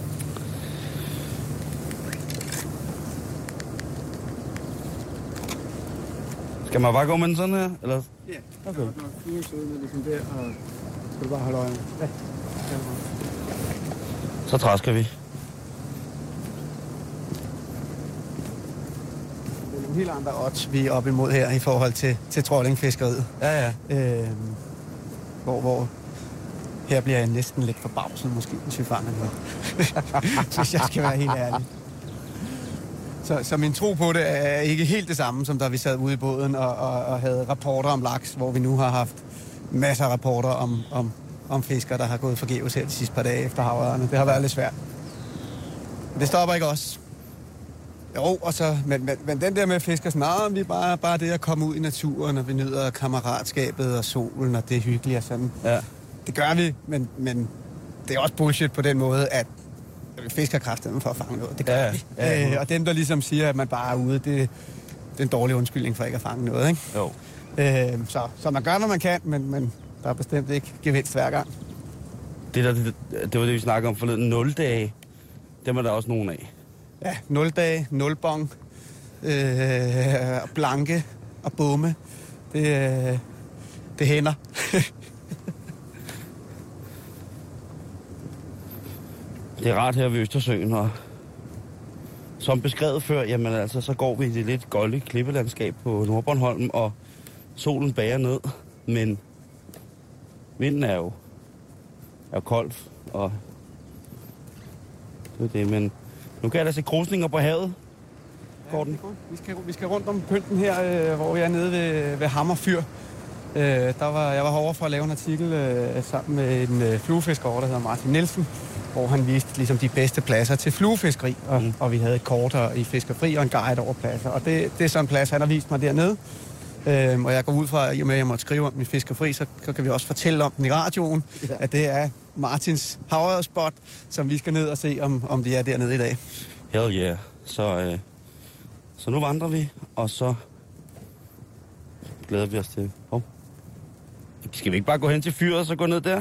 Skal man bare gå med den sådan her? Eller? Ja, okay. Når flyven så ud ligesom der, og skal du bare holde øjne. Ja. Så træsker vi. Det er nogle helt andre odds, vi er op imod her i forhold til, til trollingfiskeriet. Ja, ja. Øh, hvor, hvor her bliver jeg næsten lidt forbavset, måske, hvis vi fanger noget. Hvis jeg skal være helt ærlig. Så, så min tro på det er ikke helt det samme, som da vi sad ude i båden og, og, og havde rapporter om laks, hvor vi nu har haft masser af rapporter om, om, om fiskere, der har gået forgæves her de sidste par dage efter havørerne. Det har været lidt svært. Men det stopper ikke også. Jo, og så, men, men, men den der med fisker, sådan, nah, vi er bare, bare det at komme ud i naturen, og vi nyder kammeratskabet og solen, og det er hyggeligt og sådan. Ja. Det gør vi, men, men det er også bullshit på den måde, at vi fisker kraften for at fange noget. Det gør ja, vi. ja, ja. Øh, og dem, der ligesom siger, at man bare er ude, det, det er en dårlig undskyldning for ikke at fange noget, ikke? Jo. Øh, så, så man gør, hvad man kan, men, men der er bestemt ikke gevinst hver gang. Det, der, det, det var det, vi snakkede om forleden. Nul dage, dem er der også nogen af. Ja, nul dage, nul bong, øh, blanke og bomme. Det, øh, det hænder. Det er rart her ved Østersøen, og som beskrevet før, jamen altså, så går vi i det lidt golde klippelandskab på Nordbornholm, og solen bager ned, men vinden er jo, er jo koldt, og det er det, men nu kan jeg da se krusninger på havet, Gordon. Ja, vi, skal, vi skal rundt om pynten her, øh, hvor vi er nede ved, ved Hammerfyr. Øh, der var, jeg var herovre for at lave en artikel øh, sammen med en øh, fluefisker, der hedder Martin Nielsen, hvor han viste ligesom de bedste pladser til fluefiskeri, og, mm. og vi havde et kort i Fiskerfri og en guide over pladser. Og det, det er sådan en plads, han har vist mig dernede. Øhm, og jeg går ud fra, at i og med, at jeg måtte skrive om den i Fiskerfri, så, så kan vi også fortælle om den i radioen, ja. At det er Martins havørredspot, som vi skal ned og se, om, om de er dernede i dag. Hell yeah. Så, øh, så nu vandrer vi, og så glæder vi os til... Oh. Skal vi ikke bare gå hen til fyret og så gå ned der?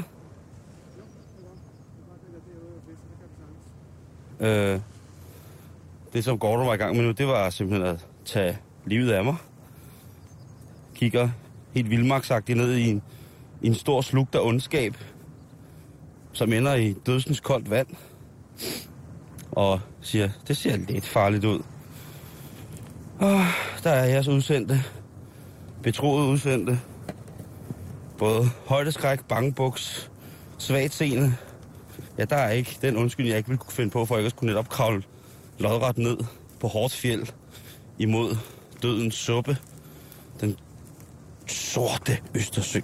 Øh, det, som Gordon var i gang med nu, det var simpelthen at tage livet af mig. Kigger helt vildmarksagtigt ned i en, i en stor slug af ondskab, som ender i dødsens koldt vand. Og siger, det ser lidt farligt ud. Og der er jeres udsendte. Betroede udsendte. Både højdeskræk, bangebuks, svagt seende. Ja, der er ikke den undskyldning, jeg ikke ville kunne finde på, for jeg skulle netop kravle lodret ned på hårdt fjeld imod dødens suppe. Den sorte Østersø.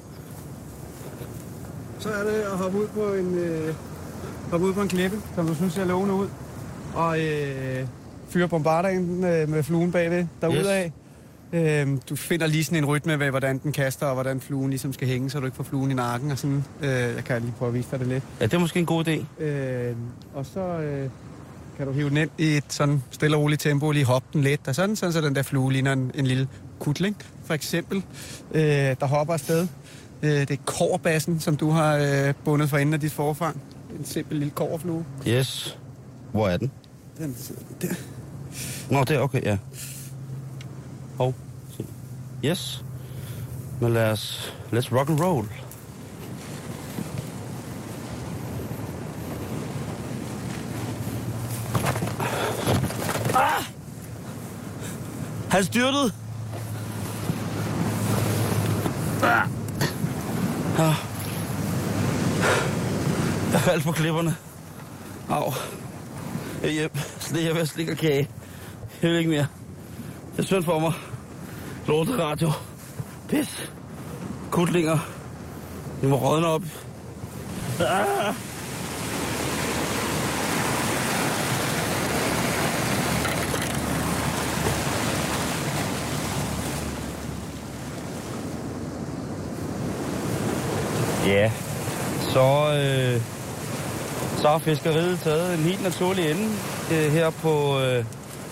Så er det at hoppe ud på en, øh, hoppe ud på en klippe, som du synes ser lovende ud. Og øh, fyre bombardaen øh, med fluen bagved derudad. Yes. Øh, du finder lige sådan en rytme ved, hvordan den kaster, og hvordan fluen ligesom skal hænge, så du ikke får fluen i nakken og sådan. Øh, jeg kan lige prøve at vise dig det lidt. Ja, det er måske en god idé. Øh, og så øh, kan du hive den ind i et sådan stille og roligt tempo, lige hoppe den lidt, og sådan, sådan så den der flue ligner en, en lille kutling, for eksempel, øh, der hopper afsted. Øh, det er kobberbassen, som du har øh, bundet for enden af dit forfang. En simpel lille kobberflue. Yes. Hvor er den? Den sidder der. Nå, det er okay, ja. Hov. Yes. Men lad os... Let's rock and roll. Ah! Han styrtede. Ah! Ah. Jeg faldt på klipperne. Au. Jeg er hjem. Så jeg er ved at slikke kage. Jeg vil ikke mere. Det er synd for mig. Lorte radio. Pis. Kutlinger. De må rådne op. Ah! Ja, yeah. så, øh, så har fiskeriet taget en helt naturlig ende øh, her på, øh,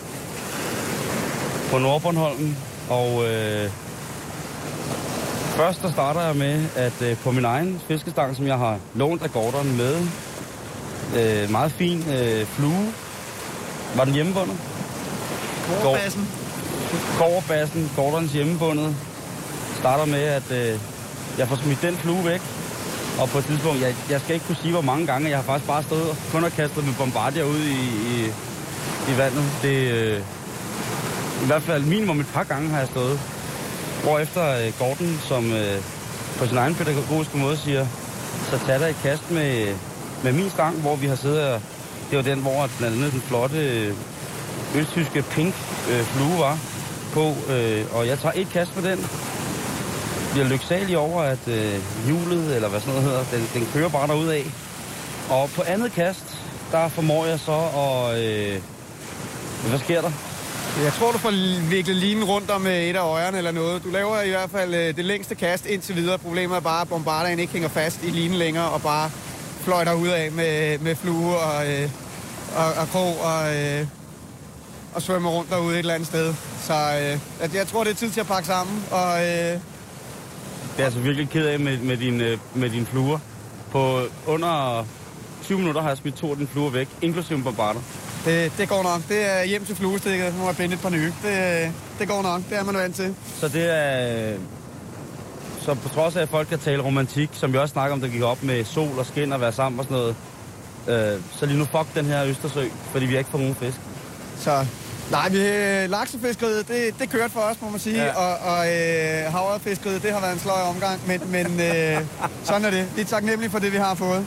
på Nordbornholm. Og øh, først der starter jeg med, at øh, på min egen fiskestang, som jeg har lånt af Gordon med, øh, meget fin øh, flue. Var den hjemmebundet? Kobberbassen. Kobberbassen, Gordons hjemmebundet. Starter med, at øh, jeg får smidt den flue væk. Og på et tidspunkt, jeg, jeg skal ikke kunne sige, hvor mange gange, jeg har faktisk bare stået og kun har kastet med bombardier ud i, i, i vandet. Det, øh, i hvert fald minimum et par gange har jeg stået. Hvorefter øh, Gordon, som øh, på sin egen pædagogiske måde siger, så tager der et kast med, med min stang, hvor vi har siddet og det var den, hvor blandt andet den flotte øh, østtyske pink øh, flue var på. Øh, og jeg tager et kast med den. Jeg er lyksalig over, at øh, hjulet, eller hvad sådan noget hedder, den, den kører bare derudad. Og på andet kast, der formår jeg så at... Øh, hvad sker der? Jeg tror, du får viklet linen rundt om et af øjerne eller noget. Du laver i hvert fald øh, det længste kast indtil videre. Problemet er bare, at bombardaen ikke hænger fast i linen længere, og bare fløjter ud af med, med flue og, øh, og, og krog og, øh, og svømmer rundt derude et eller andet sted. Så øh, jeg tror, det er tid til at pakke sammen. Og, øh, det er altså virkelig ked af med, med, din, med dine fluer. På under tyve minutter har jeg smidt to af dine fluer væk, inklusive en bombarder. Det, det går nok. Det er hjem til fluestikket. Nu har jeg bindet et par nye. Det, det går nok. Det er man vant til. Så det er... Så på trods af, at folk kan tale romantik, som vi også snakker om, der gik op med sol og skin og være sammen og sådan noget, øh, så lige nu fuck den her Østersø, fordi vi har ikke fået nogen fisk. Så... Nej, vi, laksefiskeriet, det, det kørte for os, må man sige, ja. og, og øh, havrefiskeriet, det har været en sløj omgang, men, men øh, sådan er det. Vi er taknemmelige for det, vi har fået.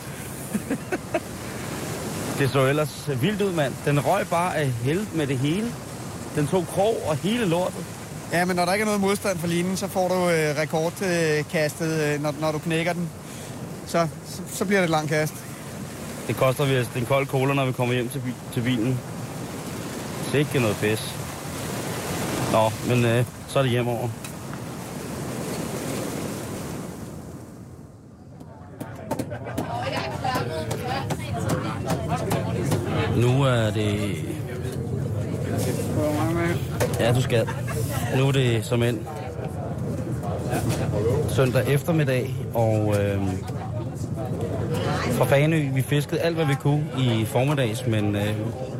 Det så ellers vildt ud, mand. Den røg bare af held med det hele. Den tog krog og hele lortet. Ja, men når der ikke er noget modstand for linen, så får du øh, rekordkastet, øh, når, når du knækker den. Så, så, så bliver det et langt kast. Det koster vist en kold cola, når vi kommer hjem til, til bilen. Sikke noget pis. Nå, men øh, så er det hjemover. Nu er det... Ja, du skal. Nu er det som end søndag eftermiddag, og øh, fra Fanø, vi fiskede alt, hvad vi kunne i formiddags, men øh,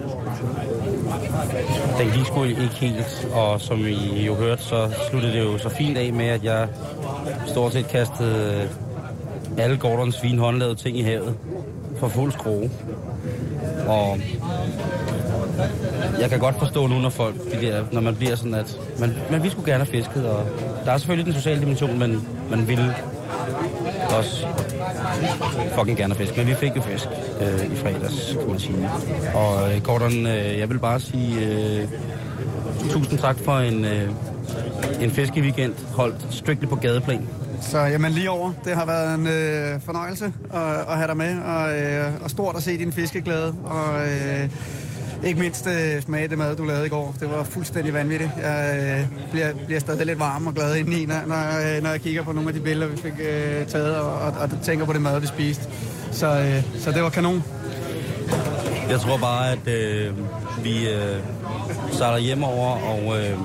den gik sgu ikke helt, og som I jo hørte, så sluttede det jo så fint af med, at jeg stort set kastede alle Gordons fine håndlavede ting i havet for fuld skrue. Og jeg kan godt forstå nu, når folk, de der, når man bliver sådan, at man, man vil sgu gerne have fisket, og der er selvfølgelig den sociale dimension, men man vil også fucking gerne have fisk. Men vi fik jo fisk øh, i fredags, kan man sige. Og øh, Gordon, øh, jeg vil bare sige øh, tusind tak for en, øh, en fiskeweekend holdt strictly på gadeplan. Så jamen lige over. Det har været en øh, fornøjelse at, at have dig med, og, øh, og stort at se din fiskeglæde, og øh, ikke mindst øh, smage det mad, du lavede i går. Det var fuldstændig vanvittigt. Jeg øh, bliver, bliver stadig lidt varm og glad indeni, når, når, når jeg kigger på nogle af de billeder, vi fik øh, taget, og, og, og tænker på det mad, vi spiste. Så, øh, så det var kanon. Jeg tror bare, at øh, vi øh, sejler hjemover, og øh,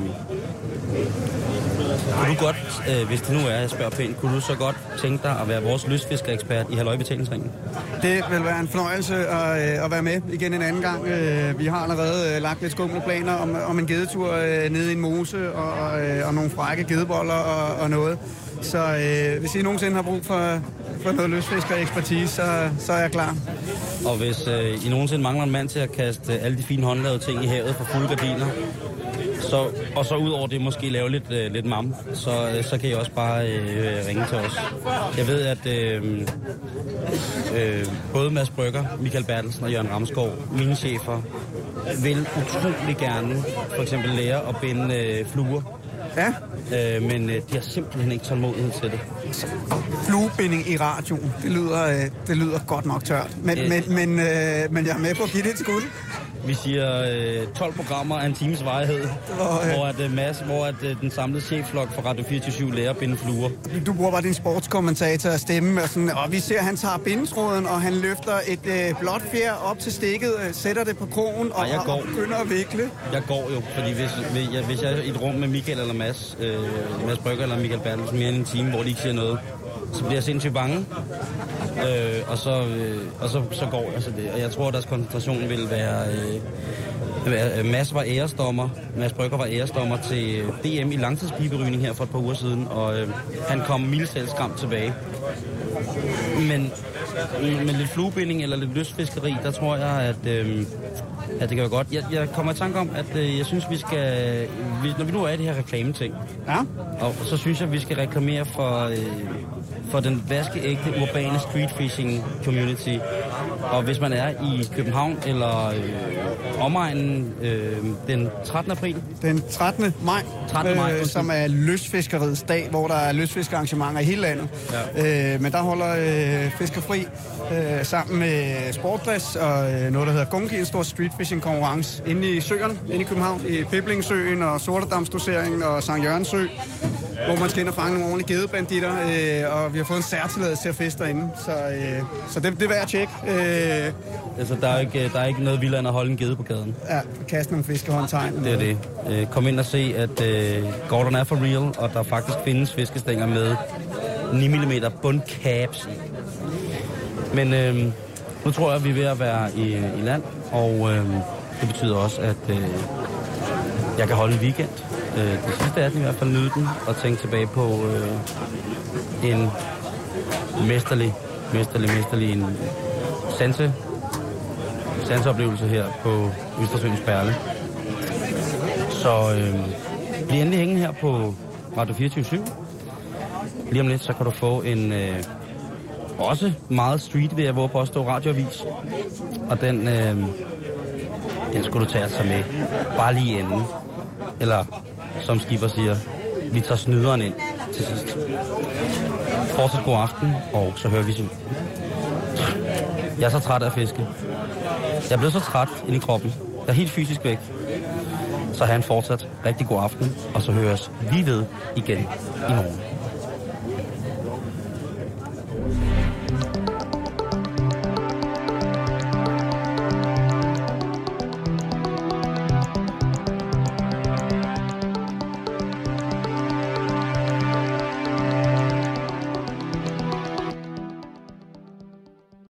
kunne du godt, øh, hvis det nu er, jeg spørger pænt, kunne du så godt tænke dig at være vores lystfiskerekspert i Halløjbetalingsringen? Det vil være en fornøjelse at, at være med igen en anden gang. Vi har allerede lagt lidt skumle planer om, om en gedetur nede i en mose og, og nogle frække gedeboller og, og noget. Så øh, hvis I nogensinde har brug for, for noget lystfiskerekspertise, så, så er jeg klar. Og hvis øh, I nogensinde mangler en mand til at kaste alle de fine håndlavede ting i havet for fulde gardiner, så, og så ud over det måske lave lidt, øh, lidt mam, så, øh, så kan I også bare øh, ringe til os. Jeg ved, at øh, øh, både Mads Brygger, Michael Bertelsen og Jørgen Ramskov, mine chefer, vil utrolig gerne for eksempel lære at binde øh, fluer. Ja. Øh, men øh, de har simpelthen ikke tålmodighed til det. Fluebinding i radioen, det lyder, øh, det lyder godt nok tørt. Men, øh. men, men, øh, men jeg er med på at give det et skud. Vi siger øh, tolv programmer af en times varighed, hvor, øh, hvor, at, øh, masse, hvor at, øh, den samlede chefflok fra Radio fireogtyve syv lærer at binde fluer. Du bruger bare din sportskommentator at stemme, og, sådan, og vi ser, at han tager bindetråden, og han løfter et øh, blåt fjer op til stikket, øh, sætter det på krogen og, og, og begynder at vikle. Jeg går jo, fordi hvis, hvis, jeg, hvis jeg er i et rum med Michael eller Mads, øh, Mads Brygger eller Michael Bertelsen mere end en time, hvor de ikke siger noget, så bliver jeg sindssygt bange. Øh, og så, øh, og så, så går altså det. Og jeg tror, at deres koncentration vil være... Øh, Mads var æresdommer. Mads Brygger var æresdommer til D M i langtidspiberygning her for et par uger siden, og øh, han kom mildtalt skræmt tilbage. Men med lidt fluebinding eller lidt lystfiskeri, der tror jeg, at, øh, at det kan være godt. Jeg, jeg kommer i tanke om, at øh, jeg synes, vi skal... Vi, når vi nu er i det her reklame-ting, ja. og så synes jeg, at vi skal reklamere for... Øh, for den vaskeægte urbane streetfishing community. Og hvis man er i København eller øh, omegnen øh, den trettende april. Den trettende maj, trettende maj øh, som er lystfiskeriets dag, hvor der er lystfiskearrangementer i hele landet. Ja. Øh, men der holder øh, Fiskerfri øh, sammen med Sportdress og øh, noget, der hedder Gungi, en stor streetfishing konkurrence inde i søerne, inde i København, i Piblingsøen og Sortedamsdoseringen og Sankt Jørgens Sø, hvor man skal ind og fange nogle ordentlige gedebanditter, øh, og vi har fået en særtilladelse til at fiske derinde, så, øh, så det, det er værd at tjekke. Øh, altså, der er ikke, der er ikke noget vildere end at holde en gede på gaden. Ja, kaste nogle fiskehåndtegn. Det er det. Øh, kom ind og se, at øh, Gordon er for real, og der faktisk findes fiskestænger med ni millimeter bundcaps i. Men øh, nu tror jeg, at vi er ved at være i, i land, og øh, det betyder også, at øh, jeg kan holde en weekend. Øh, det sidste er den i hvert fald nyde den, og tænke tilbage på øh, en mesterlig, mesterlig, mesterlig en sanse, sanseoplevelse her på Østersøens Perle. Så øh, bliv endelig hængende her på Radio fireogtyve syv. Lige om lidt, så kan du få en øh, også meget street, vil jeg våge påstå, radioavis. Og den, øh, den skulle du tage sig med bare lige inden. Eller som skipper siger, vi tager snyderen ind til sidst. Fortsat god aften, og så hører vi sig. Jeg er så træt af at fiske. Jeg er blevet så træt inde i kroppen. Jeg er helt fysisk væk. Så har han fortsat rigtig god aften, og så høres vi ved igen i morgen.